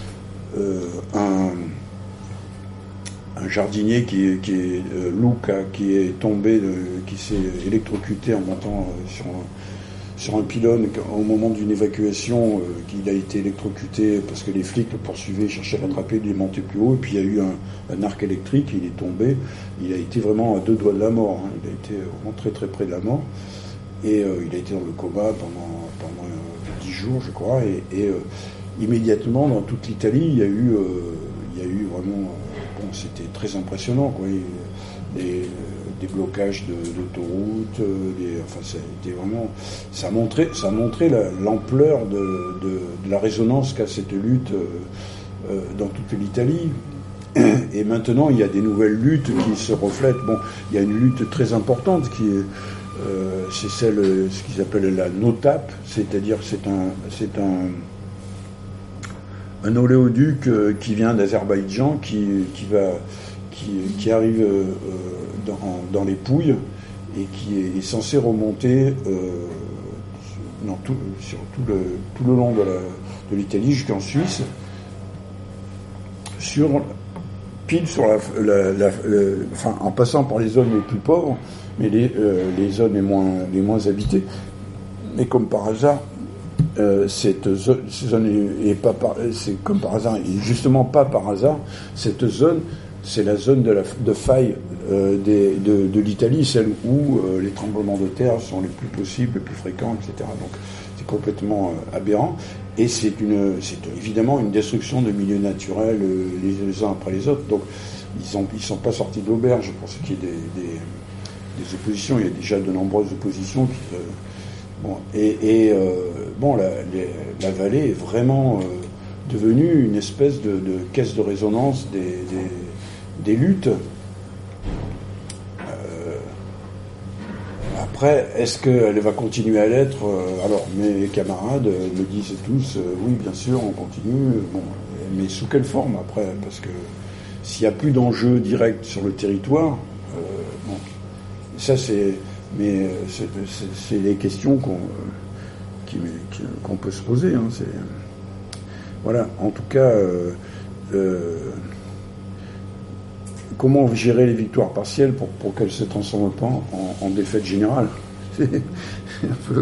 un jardinier qui est Luca, qui est tombé, qui s'est électrocuté en montant sur un pylône au moment d'une évacuation, qu'il a été électrocuté parce que les flics le poursuivaient, cherchaient à l'attraper, il est monté plus haut, et puis il y a eu un arc électrique, il est tombé, il a été vraiment à 2 doigts de la mort, hein. Il a été vraiment très très près de la mort, et il a été dans le coma pendant 10 jours, je crois, et immédiatement dans toute l'Italie, il y a eu vraiment, c'était très impressionnant, quoi. des blocages d'autoroutes, c'était vraiment, ça montrait l'ampleur de la résonance qu'a cette lutte dans toute l'Italie. Et maintenant, il y a des nouvelles luttes qui se reflètent. Bon, il y a une lutte très importante qui est, c'est ce qu'ils appellent la NOTAP, c'est-à-dire c'est un oléoduc qui vient d'Azerbaïdjan, qui arrive dans les Pouilles et qui est censé remonter sur tout le long de l'Italie jusqu'en Suisse, pile sur en passant par les zones les plus pauvres, mais les zones les moins habitées. Mais comme par hasard, cette zone c'est comme par hasard, et justement pas par hasard, cette zone, c'est la zone de faille de l'Italie, celle où les tremblements de terre sont les plus possibles, les plus fréquents, etc. Donc c'est complètement aberrant. Et c'est évidemment une destruction de milieux naturels les uns après les autres. Donc ils sont pas sortis de l'auberge pour ce qui est des oppositions. Il y a déjà de nombreuses oppositions la vallée est vraiment devenue une espèce de caisse de résonance des luttes. Après, est-ce qu'elle va continuer à l'être ? Alors, mes camarades me disent tous, oui, bien sûr, on continue. Bon, mais sous quelle forme après ? Parce que s'il n'y a plus d'enjeux directs sur le territoire, ça c'est les questions qu'on peut se poser. Hein, voilà. En tout cas, comment gérer les victoires partielles pour qu'elles ne se transforment pas en défaite générale ? C'est un peu...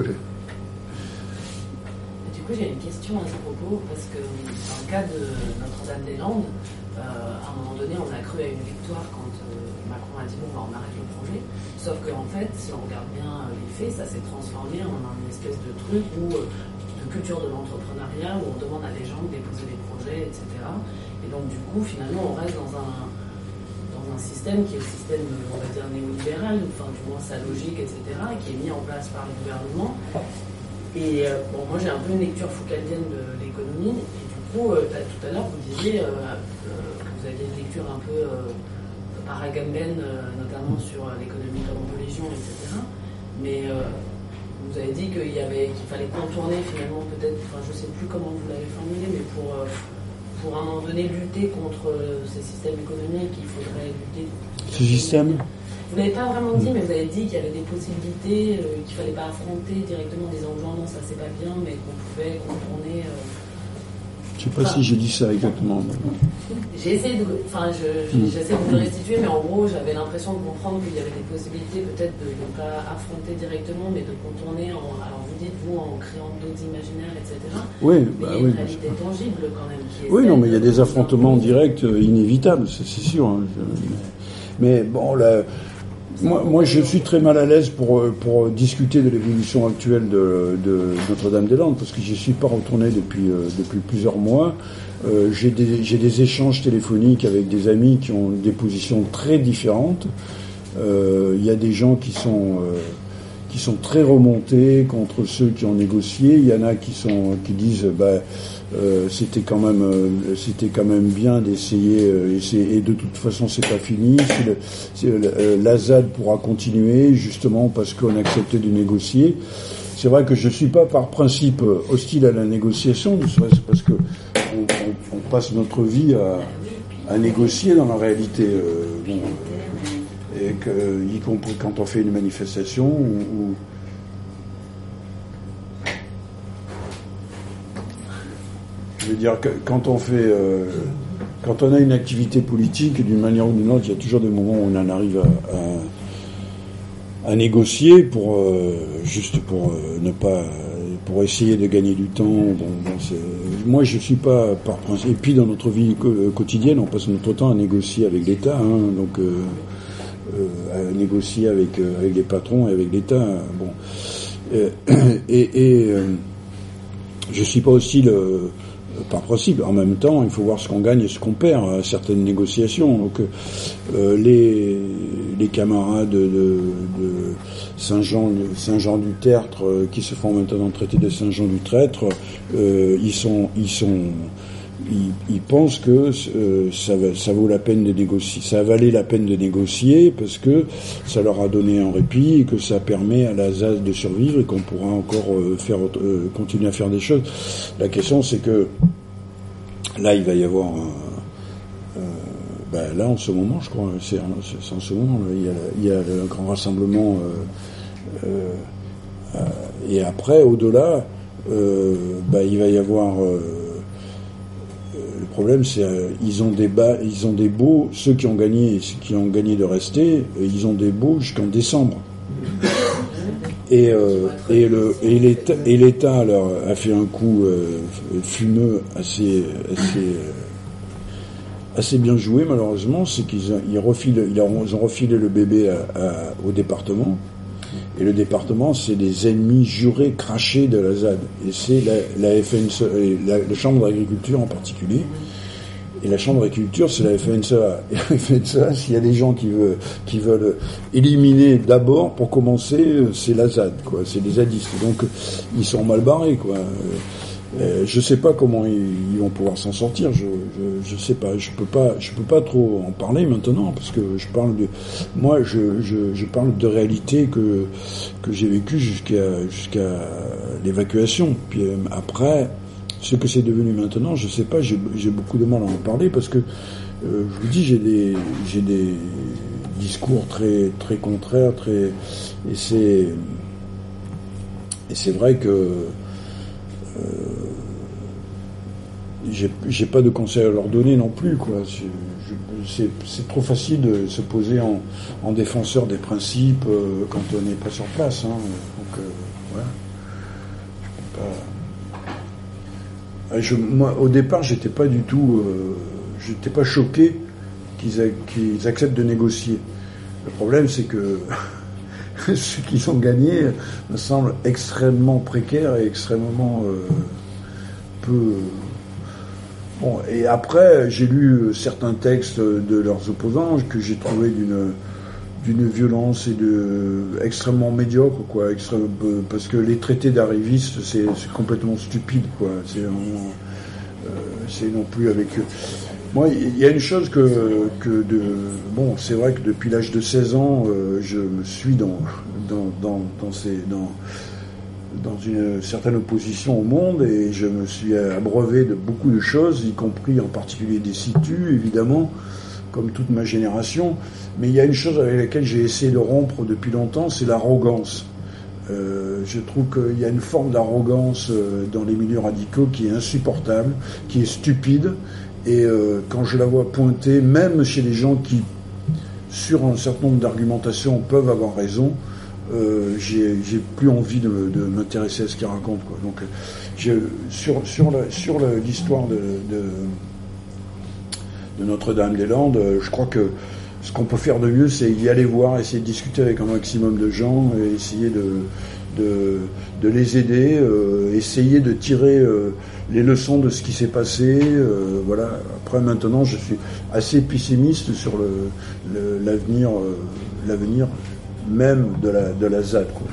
Du coup, j'ai une question à ce propos, parce que dans le cas de Notre-Dame-des-Landes, à un moment donné, on a cru à une victoire quand Macron a dit bon, on arrête le projet. Sauf qu'en fait, si on regarde bien les faits, ça s'est transformé en une espèce de truc de culture de l'entrepreneuriat où on demande à des gens de déposer des projets, etc. Et donc, du coup, finalement, on reste dans un système qui est le système, on va dire, néolibéral, enfin, du moins sa logique, etc., qui est mis en place par le gouvernement. Et moi, j'ai un peu une lecture foucaldienne de l'économie. Et du coup, tout à l'heure, vous disiez que vous aviez une lecture un peu par Agamben, notamment sur l'économie comme religion, etc. Mais vous avez dit qu'il fallait contourner finalement peut-être, enfin je ne sais plus comment vous l'avez formulé, mais pour à un moment donné lutter contre ces systèmes économiques, il faudrait lutter... Ce système ? Vous ne l'avez pas vraiment dit, mais vous avez dit qu'il y avait des possibilités, qu'il ne fallait pas affronter directement des enjeux, non ça c'est pas bien, mais qu'on pouvait contourner... Je ne sais pas si j'ai dit ça exactement. J'ai essayé de vous le restituer, mais en gros, j'avais l'impression de comprendre qu'il y avait des possibilités peut-être de ne pas affronter directement, mais de contourner. Alors vous dites, vous, en créant d'autres imaginaires, etc. Oui, mais il y a une réalité tangible quand même. Oui, non, mais il y a des affrontements directs inévitables, c'est sûr. Hein. Mais bon, moi, je suis très mal à l'aise pour discuter de l'évolution actuelle de Notre-Dame-des-Landes, parce que je n'y suis pas retourné depuis plusieurs mois. J'ai des échanges téléphoniques avec des amis qui ont des positions très différentes. Il y a des gens qui sont très remontés contre ceux qui ont négocié. Il y en a qui disent c'était quand même bien d'essayer, et de toute façon c'est pas fini. La ZAD pourra continuer justement parce qu'on a accepté de négocier. C'est vrai que je suis pas par principe hostile à la négociation, serait-ce parce que on passe notre vie à négocier dans la réalité, y compris quand on fait une manifestation ou je veux dire que quand on a une activité politique, d'une manière ou d'une autre, il y a toujours des moments où on en arrive à négocier pour essayer de gagner du temps. Moi, je suis pas par principe. Et puis dans notre vie quotidienne, on passe notre temps à négocier avec l'État, à négocier avec les patrons et avec l'État. Je suis pas hostile par principe. En même temps, il faut voir ce qu'on gagne et ce qu'on perd à certaines négociations. Donc, les camarades de Saint-Jean du Tertre qui se font maintenant dans le traité de Saint-Jean du Tertre, ils pensent que ça vaut la peine de négocier, ça a valé la peine de négocier parce que ça leur a donné un répit et que ça permet à la ZAD de survivre et qu'on pourra encore continuer à faire des choses. La question, c'est que là, il va y avoir là, en ce moment, je crois, c'est en ce moment, il y a le grand rassemblement et après, au-delà, il va y avoir le problème, c'est ils ont des baux, ceux qui ont gagné de rester, ils ont des baux jusqu'en décembre. Et l'État alors a fait un coup fumeux assez bien joué malheureusement, c'est qu'ils ont refilé le bébé au département. Et le département, c'est des ennemis jurés, crachés de la ZAD. Et c'est la FNSEA, la Chambre d'agriculture en particulier. Et la Chambre d'agriculture, c'est la FNSEA. Et la FNSEA, s'il y a des gens qui veulent éliminer d'abord, pour commencer, c'est la ZAD, quoi. C'est des zadistes. Donc, ils sont mal barrés, quoi. Je sais pas comment ils vont pouvoir s'en sortir. Je sais pas. Je peux pas trop en parler maintenant parce que je parle de réalité que j'ai vécu jusqu'à l'évacuation. Puis après, ce que c'est devenu maintenant, je sais pas. J'ai beaucoup de mal à en parler parce que je vous dis, j'ai des discours très très contraires, et c'est vrai que j'ai pas de conseils à leur donner non plus, quoi. C'est trop facile de se poser en défenseur des principes quand on n'est pas sur place, hein. Donc voilà. Moi, au départ, j'étais pas du tout, j'étais pas choqué qu'ils acceptent de négocier. Le problème, c'est que ce qu'ils ont gagné me semble extrêmement précaire et extrêmement peu. Bon, et après, j'ai lu certains textes de leurs opposants que j'ai trouvé d'une violence et extrêmement médiocre, quoi. Parce que les traités d'arrivistes, c'est complètement stupide, quoi. C'est non plus avec. Moi, il y a une chose c'est vrai que depuis l'âge de 16 ans, je me suis dans une certaine opposition au monde et je me suis abreuvé de beaucoup de choses, y compris en particulier des situs, évidemment, comme toute ma génération. Mais il y a une chose avec laquelle j'ai essayé de rompre depuis longtemps, c'est l'arrogance. Je trouve qu'il y a une forme d'arrogance dans les milieux radicaux qui est insupportable, qui est stupide. Et quand je la vois pointer, même chez les gens qui, sur un certain nombre d'argumentations, peuvent avoir raison, j'ai plus envie de m'intéresser à ce qu'ils racontent, quoi. Donc, sur l'histoire de Notre-Dame-des-Landes, je crois que ce qu'on peut faire de mieux, c'est y aller voir, essayer de discuter avec un maximum de gens, et essayer de les aider, essayer de tirer les leçons de ce qui s'est passé. Voilà. Après, maintenant, je suis assez pessimiste sur l'avenir même de la ZAD, quoi.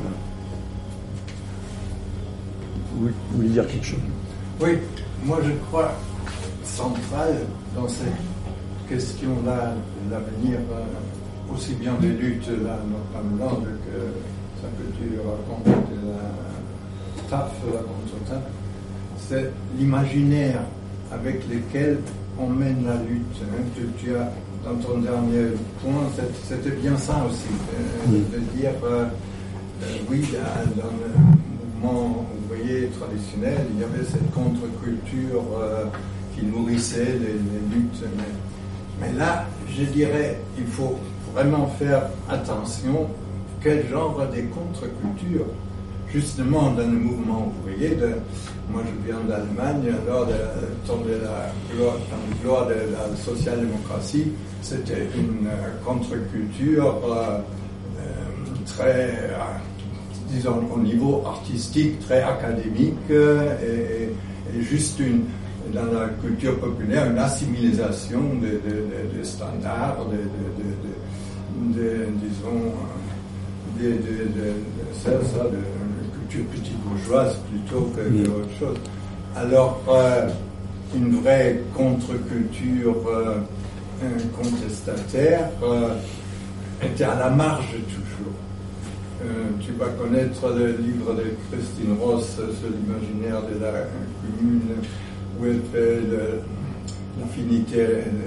Oui, vous voulez dire quelque chose? Oui, moi je crois central dans cette question-là, l'avenir aussi bien des luttes là, Notre-Dame-des-Landes que ça que tu racontes de la TAF, contre TAF, c'est l'imaginaire avec lequel on mène la lutte. Tu as, dans ton dernier point, c'était bien ça aussi, de dire, oui, dans le mouvement ouvrier traditionnel, il y avait cette contre-culture qui nourrissait les luttes. Mais là, je dirais, il faut vraiment faire attention quel genre de contre-culture, justement dans le mouvement ouvrier. Moi, je viens d'Allemagne, lors de la gloire de la social-démocratie, c'était une contre-culture très, disons, au niveau artistique, très académique, et juste dans la culture populaire une assimilation des standards, disons, de culture petite bourgeoise plutôt qu'autre chose. Alors, une vraie contre-culture contestataire était à la marge toujours. Tu vas connaître le livre de Christine Ross sur l'imaginaire de la commune, où elle fait l'affinité,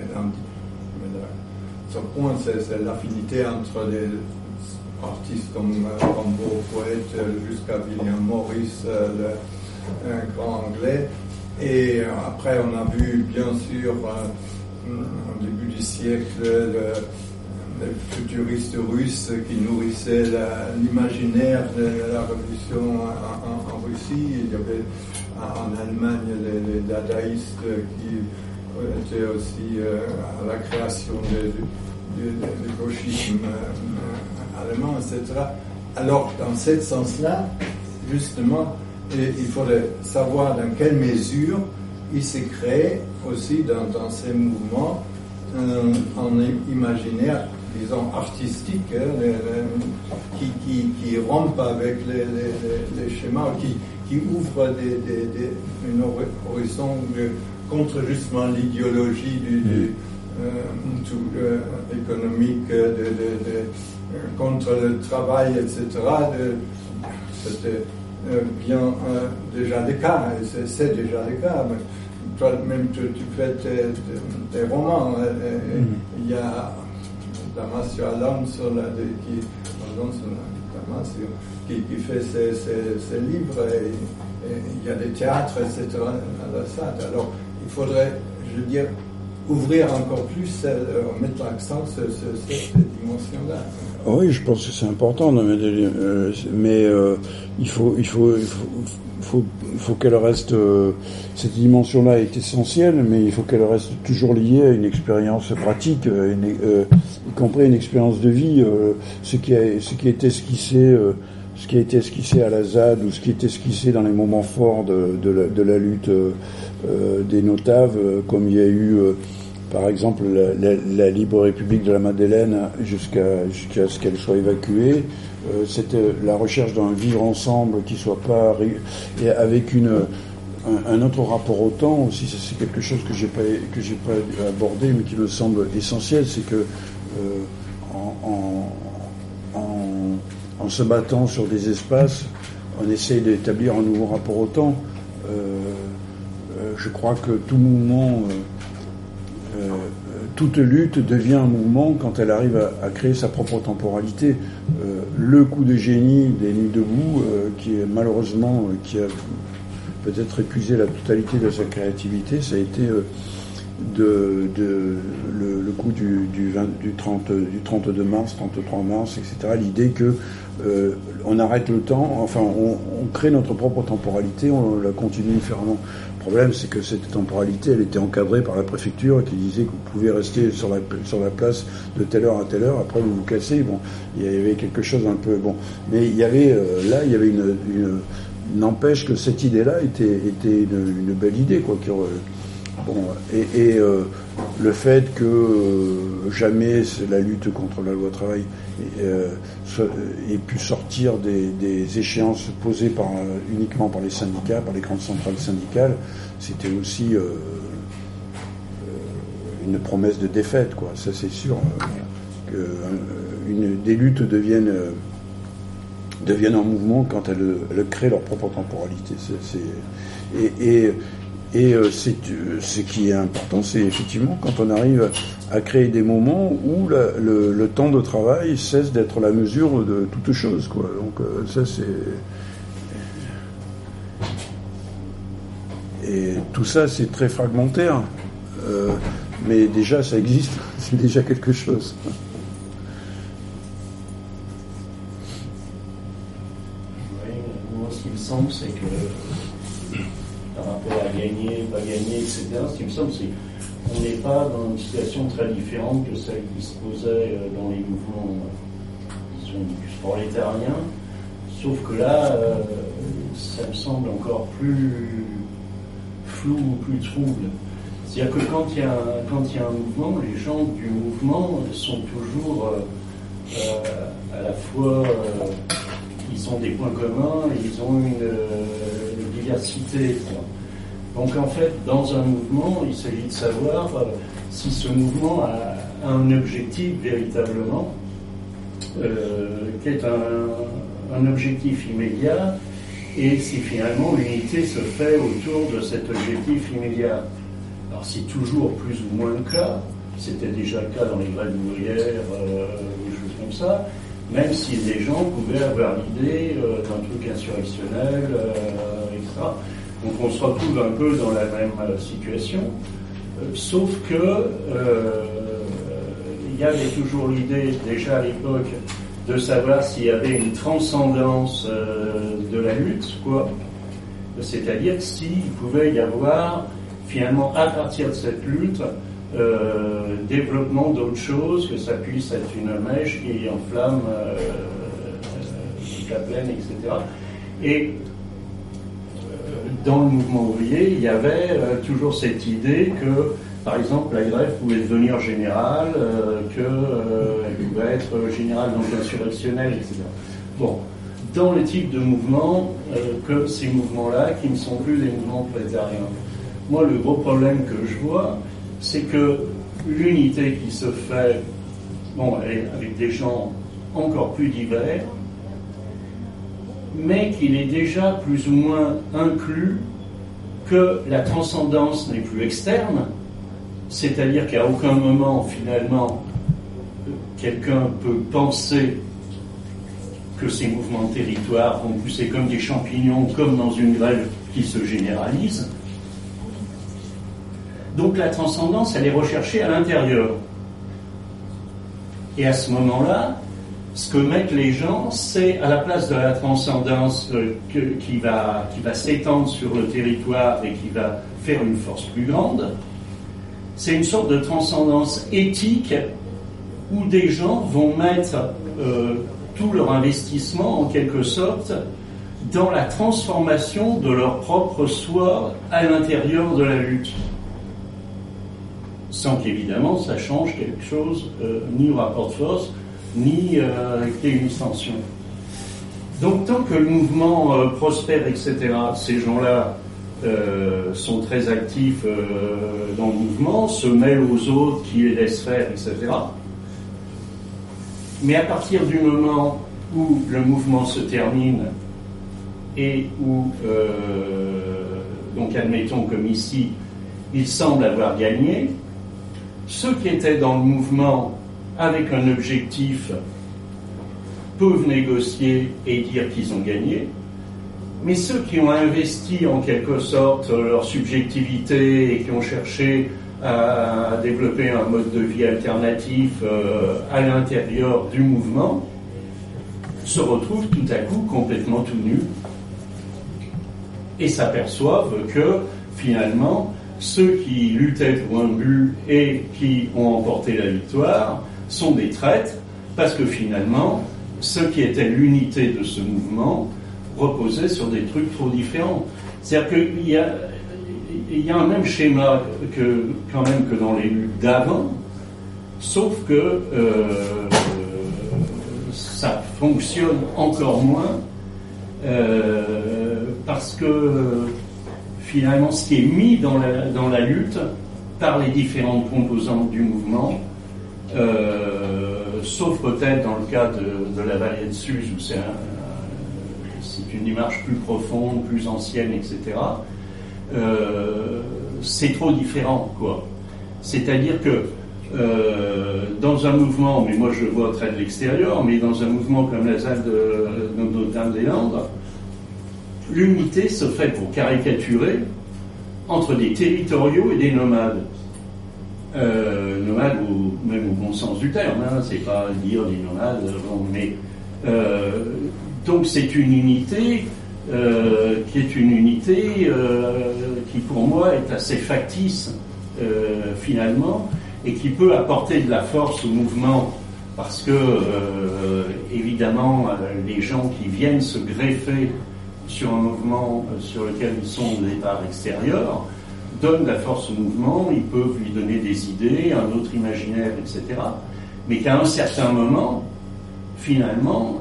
son point c'est l'affinité entre les artistes comme Rimbaud, poète, jusqu'à William Morris, un grand anglais. Et après, on a vu, bien sûr, au début du siècle, les futuristes russes qui nourrissaient l'imaginaire de la révolution en Russie. Il y avait en Allemagne les dadaïstes qui étaient aussi à la création du gauchisme allemand, etc. Alors, dans ce sens-là, justement, il faudrait savoir dans quelle mesure il s'est créé aussi dans ces mouvements un imaginaire, disons, artistique, qui rompt avec les schémas, qui ouvre un horizon contre justement l'idéologie économique, contre le travail, etc. C'était bien déjà le cas, c'est déjà le cas. Toi-même, tu fais tes romans. Il y a Damasio Alonso qui fait ses livres, et il y a des théâtres, etc. à la SAD. Alors, il faudrait, je veux dire, ouvrir encore plus, mettre l'accent sur cette dimension-là. Oui, je pense que c'est important, mais il faut qu'elle reste. Cette dimension-là est essentielle, mais il faut qu'elle reste toujours liée à une expérience pratique, y compris une expérience de vie. Ce qui a été esquissé à la ZAD, ou ce qui est esquissé dans les moments forts de la lutte des Notaves, comme il y a eu par exemple la Libre République de la Madeleine jusqu'à ce qu'elle soit évacuée. C'était la recherche d'un vivre ensemble qui soit pas, et avec un autre rapport au temps aussi. C'est quelque chose que j'ai pas abordé, mais qui me semble essentiel. C'est que en se battant sur des espaces, on essaye d'établir un nouveau rapport au temps. Je crois que tout mouvement, toute lutte devient un mouvement quand elle arrive à créer sa propre temporalité. Le coup de génie des Nuits debout, qui est malheureusement, qui a peut-être épuisé la totalité de sa créativité, ça a été le coup du 32 mars, 33 mars, etc. L'idée que on arrête le temps, enfin on crée notre propre temporalité, on la continue différemment. Le problème, c'est que cette temporalité, elle était encadrée par la préfecture qui disait que vous pouvez rester sur la place de telle heure à telle heure, après vous vous cassez. Bon, il y avait quelque chose un peu bon, mais il y avait une n'empêche que cette idée-là était une belle idée, quoi. Le fait que jamais la lutte contre la loi travail ait pu sortir des échéances posées uniquement par les syndicats, par les grandes centrales syndicales, c'était aussi une promesse de défaite, quoi. Ça, c'est sûr que des luttes deviennent un mouvement quand elles créent leur propre temporalité. Ce qui est important, c'est effectivement quand on arrive à créer des moments où le temps de travail cesse d'être la mesure de toute chose, quoi. Donc ça, c'est... Et tout ça, c'est très fragmentaire, mais déjà, ça existe, c'est déjà quelque chose. Oui, moi, ce qui me semble, c'est que par rapport à gagner, pas gagner, etc., ce qui me semble, c'est qu'on n'est pas dans une situation très différente que celle qui se posait dans les mouvements, disons, du prolétarien, sauf que là, ça me semble encore plus flou ou plus trouble. C'est-à-dire que quand il y a un mouvement, les gens du mouvement sont toujours à la fois, ils ont des points communs et ils ont une diversité. Donc en fait, dans un mouvement, il s'agit de savoir si ce mouvement a un objectif véritablement, qui est un objectif immédiat, et si finalement l'unité se fait autour de cet objectif immédiat. Alors c'est toujours plus ou moins le cas, c'était déjà le cas dans les grèves ouvrières, des choses comme ça, même si les gens pouvaient avoir l'idée d'un truc insurrectionnel, etc. Donc on se retrouve un peu dans la même situation, sauf que il y avait toujours l'idée, déjà à l'époque, de savoir s'il y avait une transcendance de la lutte, quoi. C'est-à-dire s'il pouvait y avoir, finalement, à partir de cette lutte, développement d'autres choses, que ça puisse être une mèche qui enflamme la plaine, etc. Et dans le mouvement ouvrier, il y avait toujours cette idée que, par exemple, la grève pouvait devenir générale, qu'elle pouvait être générale, donc insurrectionnelle, etc. Bon, dans le type de mouvement, que ces mouvements-là, qui ne sont plus des mouvements prolétariens. Moi, le gros problème que je vois, c'est que l'unité qui se fait, bon, avec des gens encore plus divers, mais qu'il est déjà plus ou moins inclus que la transcendance n'est plus externe, c'est-à-dire qu'à aucun moment, finalement, quelqu'un peut penser que ces mouvements de territoire vont pousser comme des champignons, comme dans une grève qui se généralise. Donc la transcendance, elle est recherchée à l'intérieur. Et à ce moment-là, ce que mettent les gens, c'est à la place de la transcendance qui va s'étendre sur le territoire et qui va faire une force plus grande, c'est une sorte de transcendance éthique où des gens vont mettre tout leur investissement, en quelque sorte, dans la transformation de leur propre soi à l'intérieur de la lutte. Sans qu'évidemment ça change quelque chose, ni au rapport de force, ni qu'il y ait une extension. Donc tant que le mouvement prospère, etc., ces gens-là sont très actifs dans le mouvement, se mêlent aux autres, qui les laissent faire, etc. Mais à partir du moment où le mouvement se termine et où, donc admettons comme ici, il semble avoir gagné, ceux qui étaient dans le mouvement avec un objectif peuvent négocier et dire qu'ils ont gagné, mais ceux qui ont investi en quelque sorte leur subjectivité et qui ont cherché à développer un mode de vie alternatif à l'intérieur du mouvement se retrouvent tout à coup complètement tout nus et s'aperçoivent que finalement ceux qui luttaient pour un but et qui ont emporté la victoire sont des traîtres parce que finalement ce qui était l'unité de ce mouvement reposait sur des trucs trop différents. C'est-à-dire qu'il y a un même schéma quand même que dans les luttes d'avant, sauf que ça fonctionne encore moins parce que finalement ce qui est mis dans la lutte par les différentes composantes du mouvement, sauf peut-être dans le cas de la vallée de Suse où c'est une démarche plus profonde, plus ancienne, etc. C'est trop différent, quoi. C'est-à-dire que dans un mouvement, mais moi je le vois très de l'extérieur, mais dans un mouvement comme la ZAD de Notre-Dame-des-Landes, l'unité se fait, pour caricaturer, entre des territoriaux et des nomades. Nomades, même au bon sens du terme, hein, c'est pas dire des nomades, mais donc c'est une unité qui est une unité qui pour moi est assez factice finalement et qui peut apporter de la force au mouvement parce que évidemment les gens qui viennent se greffer sur un mouvement sur lequel ils sont au départ extérieurs donnent la force au mouvement, ils peuvent lui donner des idées, un autre imaginaire, etc. Mais qu'à un certain moment, finalement,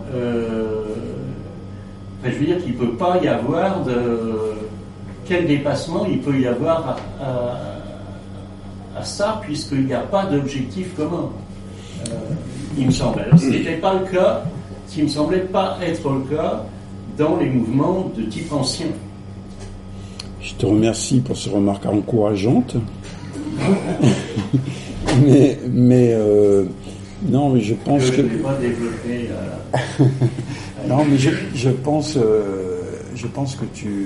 je veux dire qu'il ne peut pas y avoir quel dépassement il peut y avoir à ça, puisqu'il n'y a pas d'objectif commun, il me semble. Alors, ce n'était pas le cas, ce qui me semblait pas être le cas dans les mouvements de type ancien. Je te remercie pour ces remarques encourageantes. mais non, mais je pense que... Je n'ai pas développé... non, mais je pense que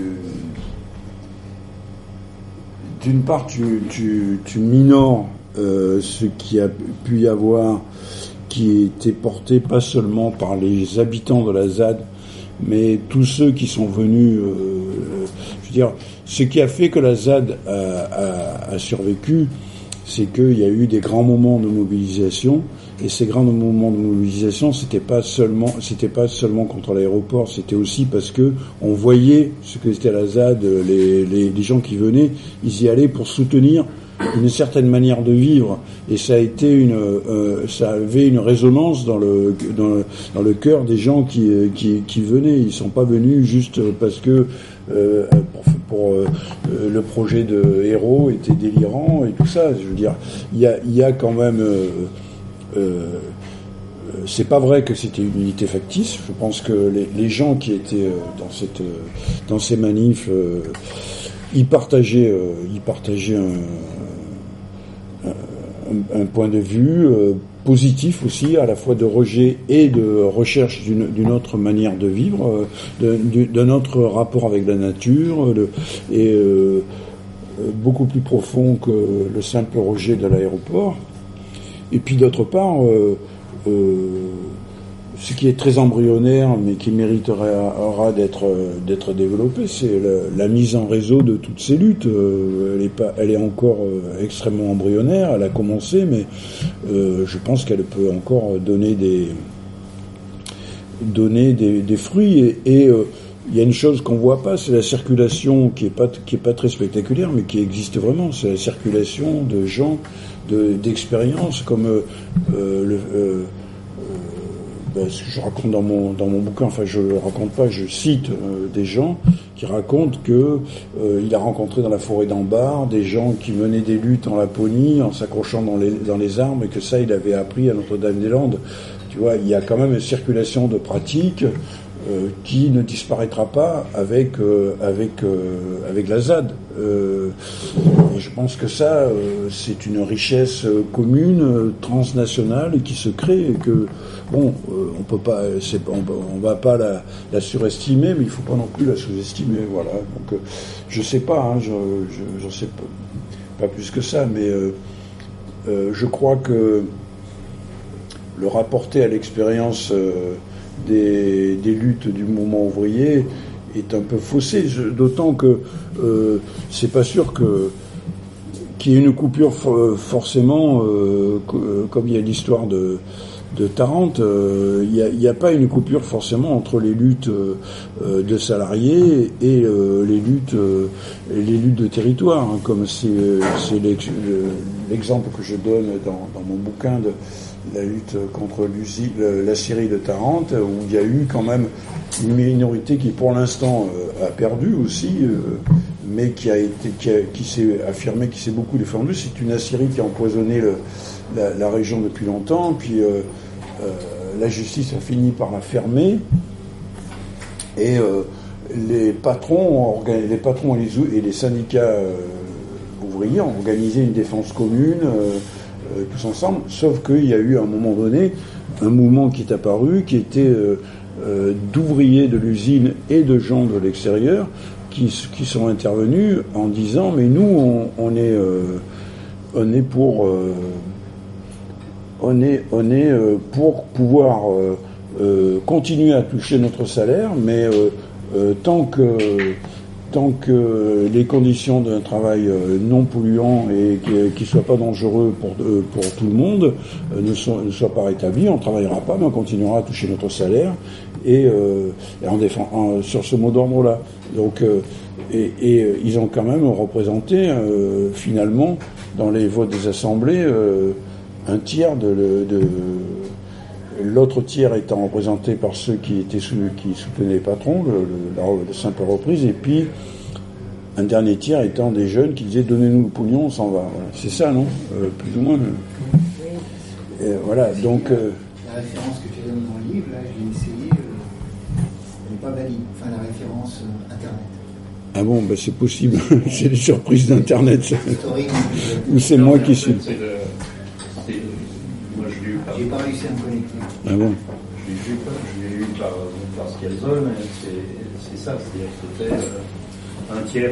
d'une part, tu minores ce qui a pu y avoir, qui était porté pas seulement par les habitants de la ZAD, mais tous ceux qui sont venus, je veux dire, ce qui a fait que la ZAD a survécu, c'est qu'il y a eu des grands moments de mobilisation, et ces grands moments de mobilisation, c'était pas seulement contre l'aéroport, c'était aussi parce que on voyait ce que c'était la ZAD, les gens qui venaient, ils y allaient pour soutenir une certaine manière de vivre, et ça a été ça avait une résonance dans le cœur des gens qui venaient. Ils sont pas venus juste parce que pour le projet de héros était délirant et tout ça. Je veux dire, il y a quand même c'est pas vrai que c'était une unité factice. Je pense que les gens qui étaient dans ces manifs, ils partageaient un point de vue positif aussi, à la fois de rejet et de recherche d'une autre manière de vivre, d'un autre rapport avec la nature, et beaucoup plus profond que le simple rejet de l'aéroport. Et puis d'autre part, ce qui est très embryonnaire, mais qui méritera d'être développé, c'est la mise en réseau de toutes ces luttes. Elle est encore extrêmement embryonnaire. Elle a commencé, mais je pense qu'elle peut encore donner des fruits. Et il y a une chose qu'on voit pas, c'est la circulation qui est pas très spectaculaire, mais qui existe vraiment. C'est la circulation de gens, d'expériences, comme ce que je raconte dans mon bouquin. Enfin, je le raconte pas, je cite des gens qui racontent que il a rencontré dans la forêt d'Ambar des gens qui menaient des luttes en Laponie en s'accrochant dans les arbres, et que ça, il avait appris à Notre-Dame-des-Landes. Tu vois, il y a quand même une circulation de pratiques qui ne disparaîtra pas avec la ZAD. Et je pense que ça, c'est une richesse commune, transnationale, qui se crée, et que bon, on peut pas, on va pas la surestimer, mais il faut pas non plus la sous-estimer. Voilà. Donc, je sais pas, hein, je sais pas plus que ça, mais je crois que le rapporter à l'expérience des luttes du mouvement ouvrier est un peu faussé, d'autant que c'est pas sûr qu'il y ait une coupure forcément, comme il y a l'histoire de Tarente, il n'y a pas une coupure forcément entre les luttes de salariés et les luttes de territoire, hein, comme c'est l'exemple que je donne dans mon bouquin de la lutte contre la scierie de Tarente, où il y a eu quand même une minorité qui pour l'instant a perdu aussi, mais qui s'est affirmée, qui s'est beaucoup défendue. C'est une scierie qui a empoisonné la région depuis longtemps, puis la justice a fini par la fermer, et les patrons et les syndicats ouvriers ont organisé une défense commune, tous ensemble, sauf qu'il y a eu à un moment donné un mouvement qui est apparu, qui était d'ouvriers de l'usine et de gens de l'extérieur qui sont intervenus en disant mais nous on est pour pouvoir continuer à toucher notre salaire, mais tant tant que les conditions d'un travail non polluant et qui soit pas dangereux pour tout le monde ne soient pas rétablis, on travaillera pas, mais on continuera à toucher notre salaire et on défend sur ce mot d'ordre-là. Donc ils ont quand même représenté finalement dans les votes des assemblées un tiers l'autre tiers étant représenté par ceux qui soutenaient les patrons, la simple reprise, et puis un dernier tiers étant des jeunes qui disaient donnez-nous le pognon, on s'en va. Voilà. C'est ça, non plus ou moins. Voilà, donc. La référence que tu donnes dans le livre, là, je l'ai essayé, elle n'est pas valide. Enfin, la référence Internet. Ah bon, ben c'est possible. C'est des surprises d'Internet. Historique. Ou c'est moi qui suis. J'ai pas réussi à me connecter. Ah bon? Je l'ai eu par Schialzone, c'est ça, c'est-à-dire que c'était un tiers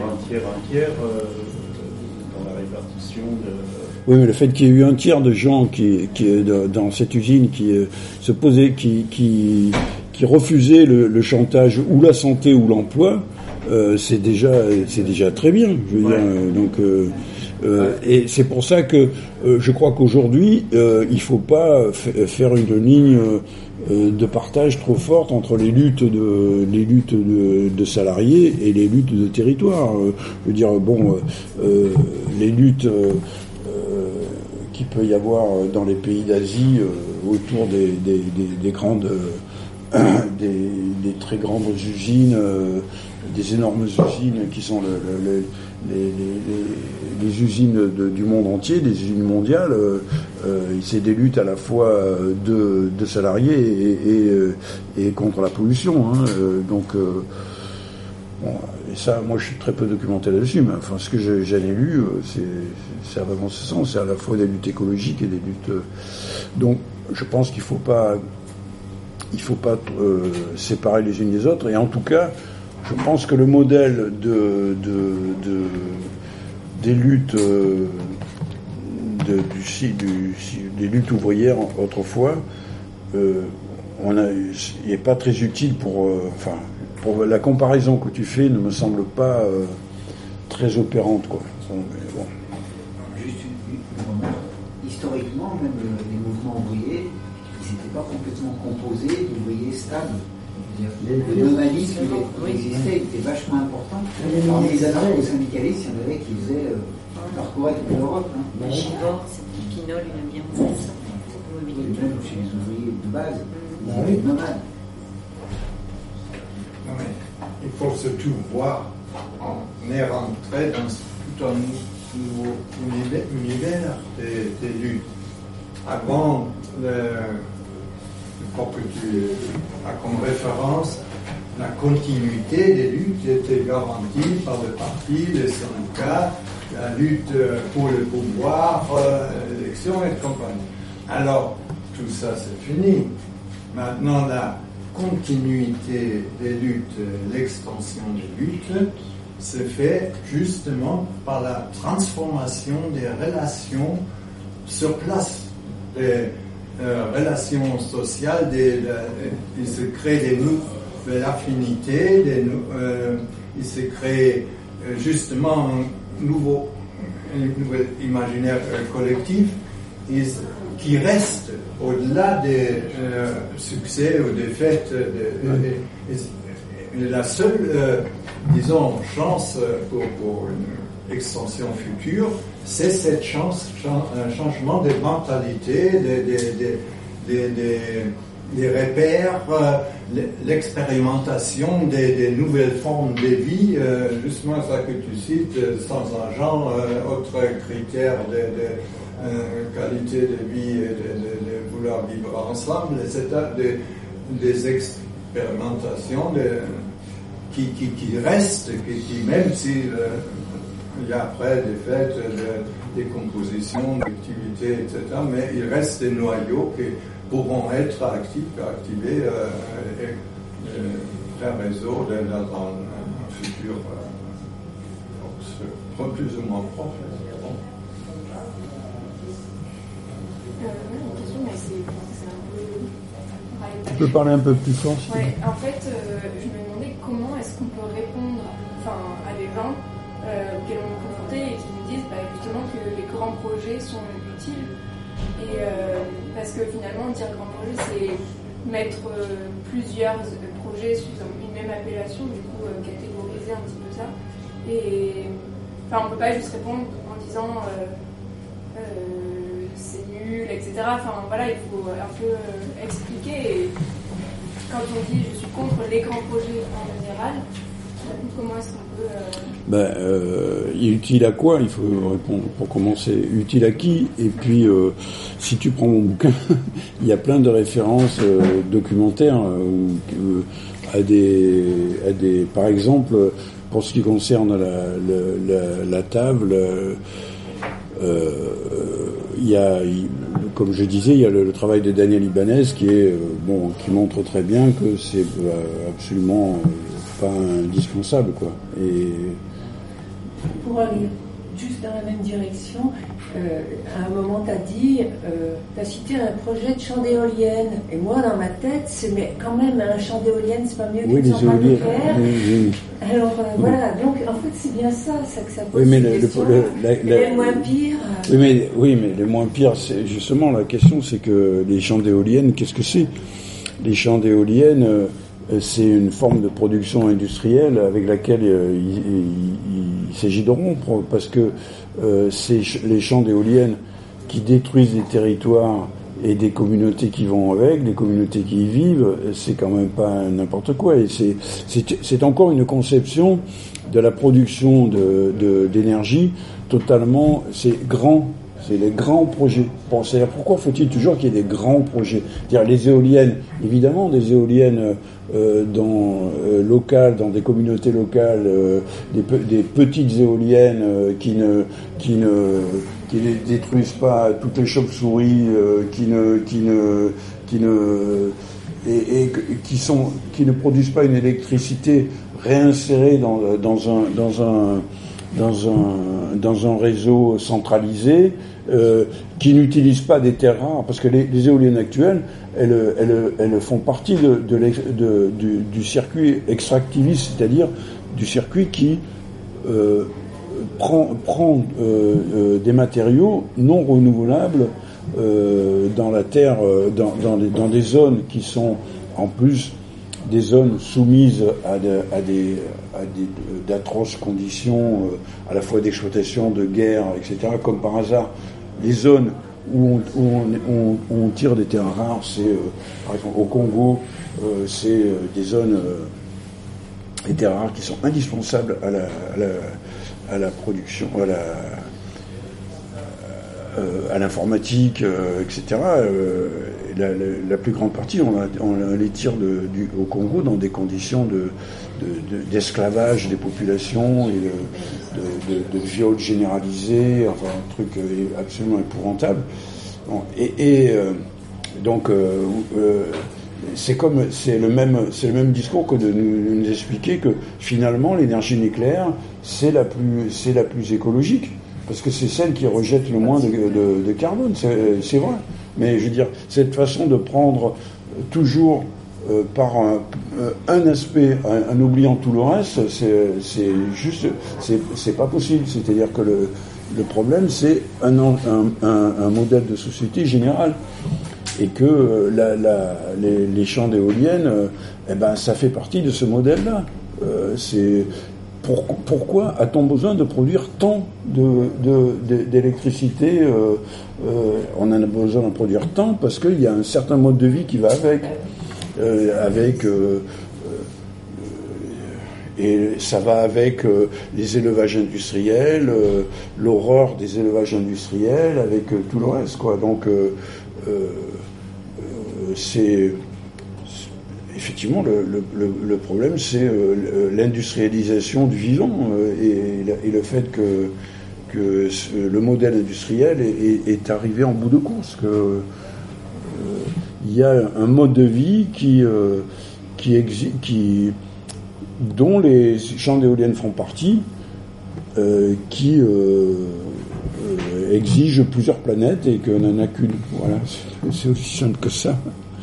dans la répartition de... Oui, mais le fait qu'il y ait eu un tiers de gens qui dans cette usine qui se posaient, qui refusaient le chantage ou la santé ou l'emploi, c'est déjà très bien. Je veux dire, donc. Et c'est pour ça que je crois qu'aujourd'hui, il faut pas faire une ligne de partage trop forte entre les luttes de salariés et les luttes de territoire. Je veux dire, bon, les luttes qu'il peut y avoir dans les pays d'Asie autour des grandes, des très grandes usines, des énormes usines qui sont les usines du monde entier, des usines mondiales, c'est des luttes à la fois de salariés et contre la pollution. Hein, donc, bon, et ça, moi, je suis très peu documenté là-dessus, mais enfin, ce que j'en ai lu, c'est vraiment ce sens. C'est à la fois des luttes écologiques et des luttes. Donc, je pense qu'il faut pas séparer les unes des autres. Et en tout cas, je pense que le modèle des luttes des luttes ouvrières autrefois, il n'est pas très utile pour la comparaison que tu fais ne me semble pas très opérante, quoi. Bon. Juste historiquement, même les mouvements ouvriers, ils n'étaient pas complètement composés d'ouvriers stables. Le nomadisme qui existait était vachement important. Parmi les anarcho-syndicalistes, il y en avait qui faisaient parcourir toute l'Europe. Givors, c'est Pinol, il aime bien ça. Même chez les ouvriers de base, ils étaient nomades. Non, mais il faut surtout voir, on est rentré dans tout un nouveau univers des luttes. Avant, pour que tu as comme référence, la continuité des luttes était garantie par le parti, les syndicats, la lutte pour le pouvoir, l'élection et compagnie. Alors, tout ça c'est fini. Maintenant, la continuité des luttes, l'extension des luttes, se fait justement par la transformation des relations sur place. Des relations sociales, il se crée des nouvelles affinités, il se crée justement un nouvel imaginaire collectif qui reste au-delà des succès ou des fêtes. La seule, disons, chance pour une extension future, c'est cette changement des mentalités, des repères, l'expérimentation des nouvelles formes de vie, justement ça que tu cites, sans argent, autres critères de qualité de vie et de vouloir vivre ensemble, etc. Des expérimentations qui restent, qui même si il y a après des fêtes, des compositions, d'activités, etc. Mais il reste des noyaux qui pourront être activés et faire réseau dans un futur plus ou moins proche. Une question, mais c'est un peu... Tu peux parler un peu plus fort? Ouais, en fait, je me demandais comment est-ce qu'on peut répondre à des sont utiles. Et parce que finalement, dire grand projet, c'est mettre plusieurs projets sous une même appellation, du coup catégoriser un petit peu ça. Et on ne peut pas juste répondre en disant c'est nul, etc. Enfin voilà, il faut un peu expliquer. Et quand on dit je suis contre les grands projets en général, comment est-ce qu'on peut... Utile à quoi? Il faut répondre pour commencer. Utile à qui? Et puis, si tu prends mon bouquin, il y a plein de références documentaires à des... Par exemple, pour ce qui concerne la table, il y a, comme je disais, il y a le travail de Daniel Ibanez qui montre très bien que c'est absolument pas indispensable, quoi. Et pour aller juste dans la même direction, à un moment tu as cité un projet de champ d'éoliennes, et moi dans ma tête mais quand même un champ d'éoliennes c'est pas mieux qu'une centrale nucléaire. Alors voilà, donc en fait c'est bien ça que ça pose. Oui, mais le moins pire. Oui, mais le moins pire, c'est justement la question, c'est que les champs d'éoliennes, qu'est-ce que c'est? Les champs d'éoliennes, c'est une forme de production industrielle avec laquelle il s'agit de rompre, parce que c'est les champs d'éoliennes qui détruisent des territoires et des communautés qui vont avec, des communautés qui y vivent, c'est quand même pas n'importe quoi. Et c'est encore une conception de la production d'énergie totalement, c'est les grands projets. Bon, c'est-à-dire, pourquoi faut-il toujours qu'il y ait des grands projets? C'est-à-dire, les éoliennes, évidemment, des éoliennes locales, dans des communautés locales, des petites éoliennes qui ne détruisent pas toutes les chauves-souris, qui ne produisent pas une électricité réinsérée dans un réseau centralisé, qui n'utilisent pas des terres rares, parce que les éoliennes actuelles, elles font partie du circuit extractiviste, c'est-à-dire du circuit qui prend des matériaux non renouvelables dans la terre, dans des zones qui sont en plus des zones soumises à d'atroces conditions, à la fois d'exploitation, de guerre, etc. Comme par hasard, les zones où on tire des terres rares, c'est par exemple au Congo, c'est des zones, des terres rares qui sont indispensables à la production, à l'informatique, etc. La plus grande partie, on les tire au Congo dans des conditions d'esclavage des populations et de viol généralisé, enfin un truc absolument épouvantable. Bon, donc c'est le même discours que de nous expliquer que finalement l'énergie nucléaire c'est la plus écologique, parce que c'est celle qui rejette le moins de carbone, c'est vrai. Mais je veux dire, cette façon de prendre toujours par un aspect, en oubliant tout le reste, c'est pas possible. C'est-à-dire que le problème, c'est un modèle de société général, et que les champs d'éoliennes, ça fait partie de ce modèle-là. Pourquoi a-t-on besoin de produire tant d'électricité? On en a besoin de produire tant parce qu'il y a un certain mode de vie qui va avec, et ça va avec les élevages industriels, l'horreur des élevages industriels, avec tout le reste, quoi. Donc c'est effectivement, le problème, c'est l'industrialisation du vivant et le fait que le modèle industriel est arrivé en bout de course. Il y a un mode de vie dont les champs d'éoliennes font partie, qui exige plusieurs planètes et qu'on n'en a qu'une. Voilà, c'est aussi simple que ça.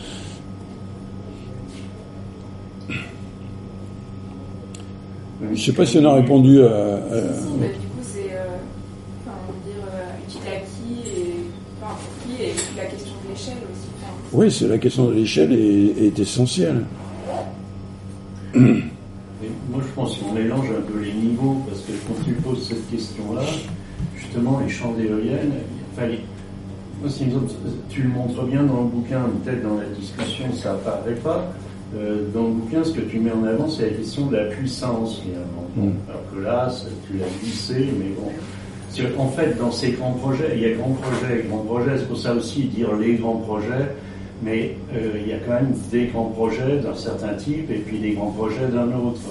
Je ne sais pas si on a répondu à... Si, mais du coup, c'est utile acquis question de l'échelle aussi. Enfin, Oui, c'est la question de l'échelle est essentielle. Et moi, je pense qu'on mélange un peu les niveaux, parce que quand tu poses cette question-là, justement, les champs d'éoliennes, moi, tu le montres bien dans le bouquin, peut-être dans la discussion, ça apparaît pas. Dans le bouquin, ce que tu mets en avant, c'est la question de la puissance, finalement. Bon, alors que là, tu l'as glissé, mais bon. En fait, dans ces grands projets, il y a grands projets, c'est pour ça aussi dire les grands projets, mais il y a quand même des grands projets d'un certain type et puis des grands projets d'un autre.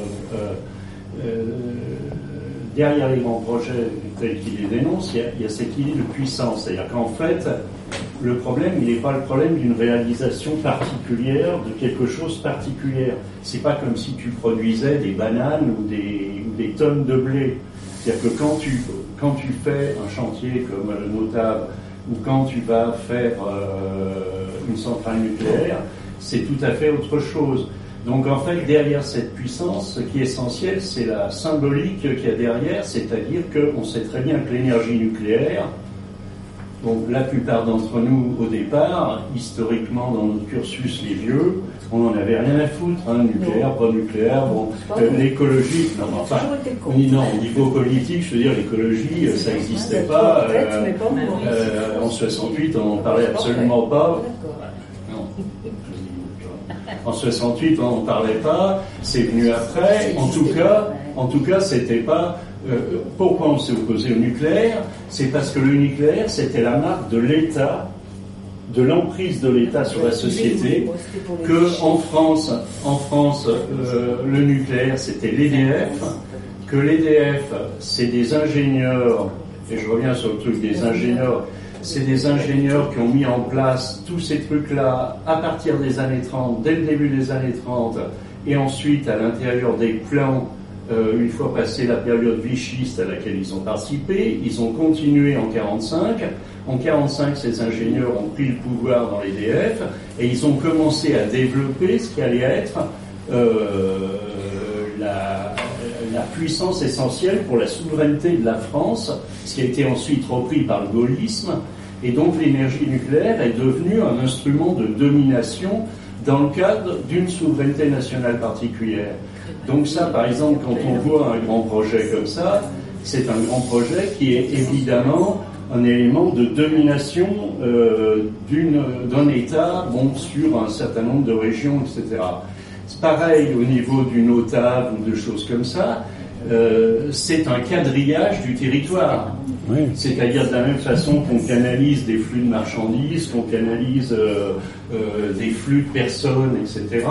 Derrière les grands projets tels qu'il les dénonce, il y a cette idée de puissance. C'est-à-dire qu'en fait, le problème, il n'est pas le problème d'une réalisation particulière, de quelque chose particulier. C'est pas comme si tu produisais des bananes ou des tonnes de blé. C'est-à-dire que quand tu fais un chantier comme le Notable, ou quand tu vas faire une centrale nucléaire, c'est tout à fait autre chose. Donc en fait, derrière cette puissance, ce qui est essentiel, c'est la symbolique qu'il y a derrière, c'est-à-dire qu'on sait très bien que l'énergie nucléaire, bon, la plupart d'entre nous, au départ, historiquement, dans notre cursus, les vieux, on n'en avait rien à foutre, hein, nucléaire, pas nucléaire, bon, l'écologie, non, enfin, au niveau politique, je veux dire, l'écologie, ça n'existait pas, en 68, on n'en parlait absolument pas. En 68, on n'en parlait pas, c'est venu après. En tout cas, c'était pas. Pourquoi on s'est opposé au nucléaire? C'est parce que le nucléaire, c'était la marque de l'État, de l'emprise de l'État sur la société. Que en France, le nucléaire, c'était l'EDF. Que l'EDF, c'est des ingénieurs. Et je reviens sur le truc des ingénieurs. C'est des ingénieurs qui ont mis en place tous ces trucs-là à partir des années 30, dès le début des années 30, et ensuite à l'intérieur des plans, une fois passé la période vichiste à laquelle ils ont participé, ils ont continué en 45. En 45, ces ingénieurs ont pris le pouvoir dans l'EDF et ils ont commencé à développer ce qui allait être la puissance essentielle pour la souveraineté de la France, ce qui a été ensuite repris par le gaullisme, et donc l'énergie nucléaire est devenue un instrument de domination dans le cadre d'une souveraineté nationale particulière. Donc ça, par exemple, quand on voit un grand projet comme ça, c'est un grand projet qui est évidemment un élément de domination d'un État, bon, sur un certain nombre de régions, etc. C'est pareil au niveau du Notable ou de choses comme ça. C'est un quadrillage du territoire. Oui. C'est-à-dire de la même façon qu'on canalise des flux de marchandises, qu'on canalise des flux de personnes, etc.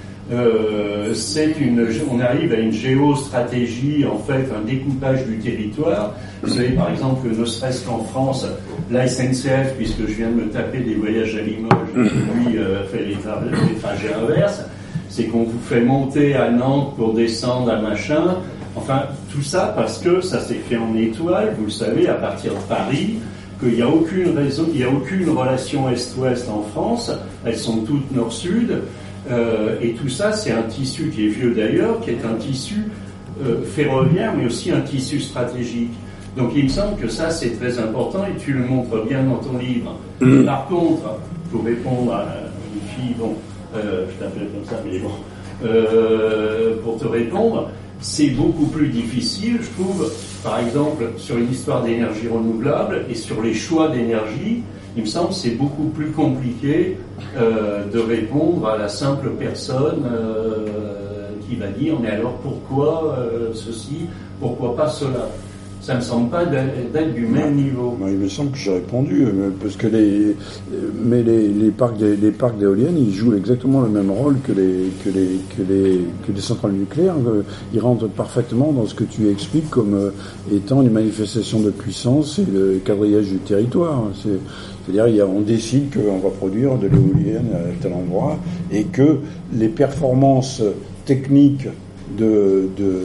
On arrive à une géostratégie, en fait, un découpage du territoire. Vous savez, par exemple, que ne serait-ce qu'en France, la SNCF, puisque je viens de me taper des voyages à Limoges, lui fait les trajets inverses, c'est qu'on vous fait monter à Nantes pour descendre à machin. Enfin, tout ça parce que ça s'est fait en étoile, vous le savez, à partir de Paris, qu'il n'y a aucune relation Est-Ouest en France, elles sont toutes Nord-Sud, et tout ça, c'est un tissu qui est vieux d'ailleurs, qui est un tissu ferroviaire, mais aussi un tissu stratégique. Donc il me semble que ça, c'est très important, et tu le montres bien dans ton livre. Par contre, pour répondre à une fille, bon, je t'appelle comme ça, mais bon, pour te répondre, c'est beaucoup plus difficile, je trouve, par exemple, sur une histoire d'énergie renouvelable et sur les choix d'énergie, il me semble que c'est beaucoup plus compliqué de répondre à la simple personne qui va dire « mais alors pourquoi ceci, pourquoi pas cela ?» Ça me semble pas d'être du même niveau. Il me semble que j'ai répondu, parce que les parcs d'éoliennes, ils jouent exactement le même rôle que les centrales nucléaires. Ils rentrent parfaitement dans ce que tu expliques comme étant une manifestation de puissance et le quadrillage du territoire. C'est-à-dire, on décide qu'on va produire de l'éolienne à tel endroit et que les performances techniques de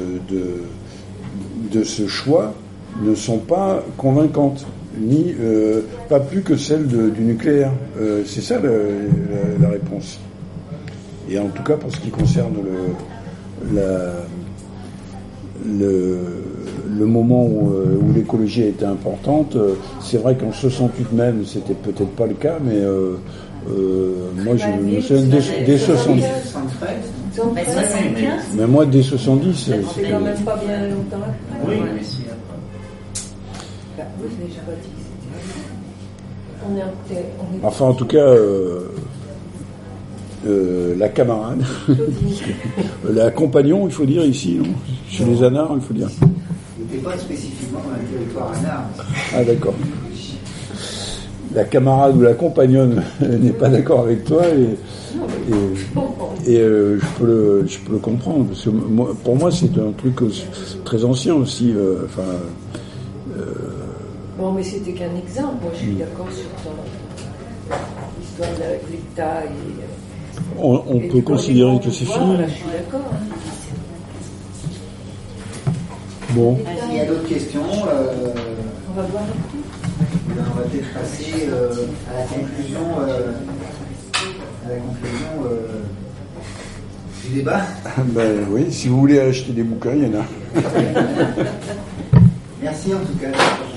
ce choix ne sont pas convaincantes, ni pas plus que celles du nucléaire. C'est ça la réponse. Et en tout cas, pour ce qui concerne le moment où l'écologie a été importante. C'est vrai qu'en 68 même, c'était peut-être pas le cas, mais moi je me souviens dès 70. Mais moi dès 70, c'est quand même pas bien longtemps. Oui. Enfin, en tout cas, la camarade, la compagnon, il faut dire ici, non? Chez les Anards, il faut dire. Il n'était pas spécifiquement dans le territoire Anard. Ah, d'accord. La camarade ou la compagnonne n'est pas d'accord avec toi et je peux le comprendre parce que pour moi c'est un truc très ancien aussi. Bon, mais c'était qu'un exemple. Moi, je suis d'accord sur l'histoire de l'État. On peut considérer que c'est fini. Là, je suis d'accord. Bon. S'il y a d'autres questions, on va voir. On va peut-être passer à la conclusion. Du débat. Ben oui, si vous voulez acheter des bouquins, il y en a. Merci en tout cas.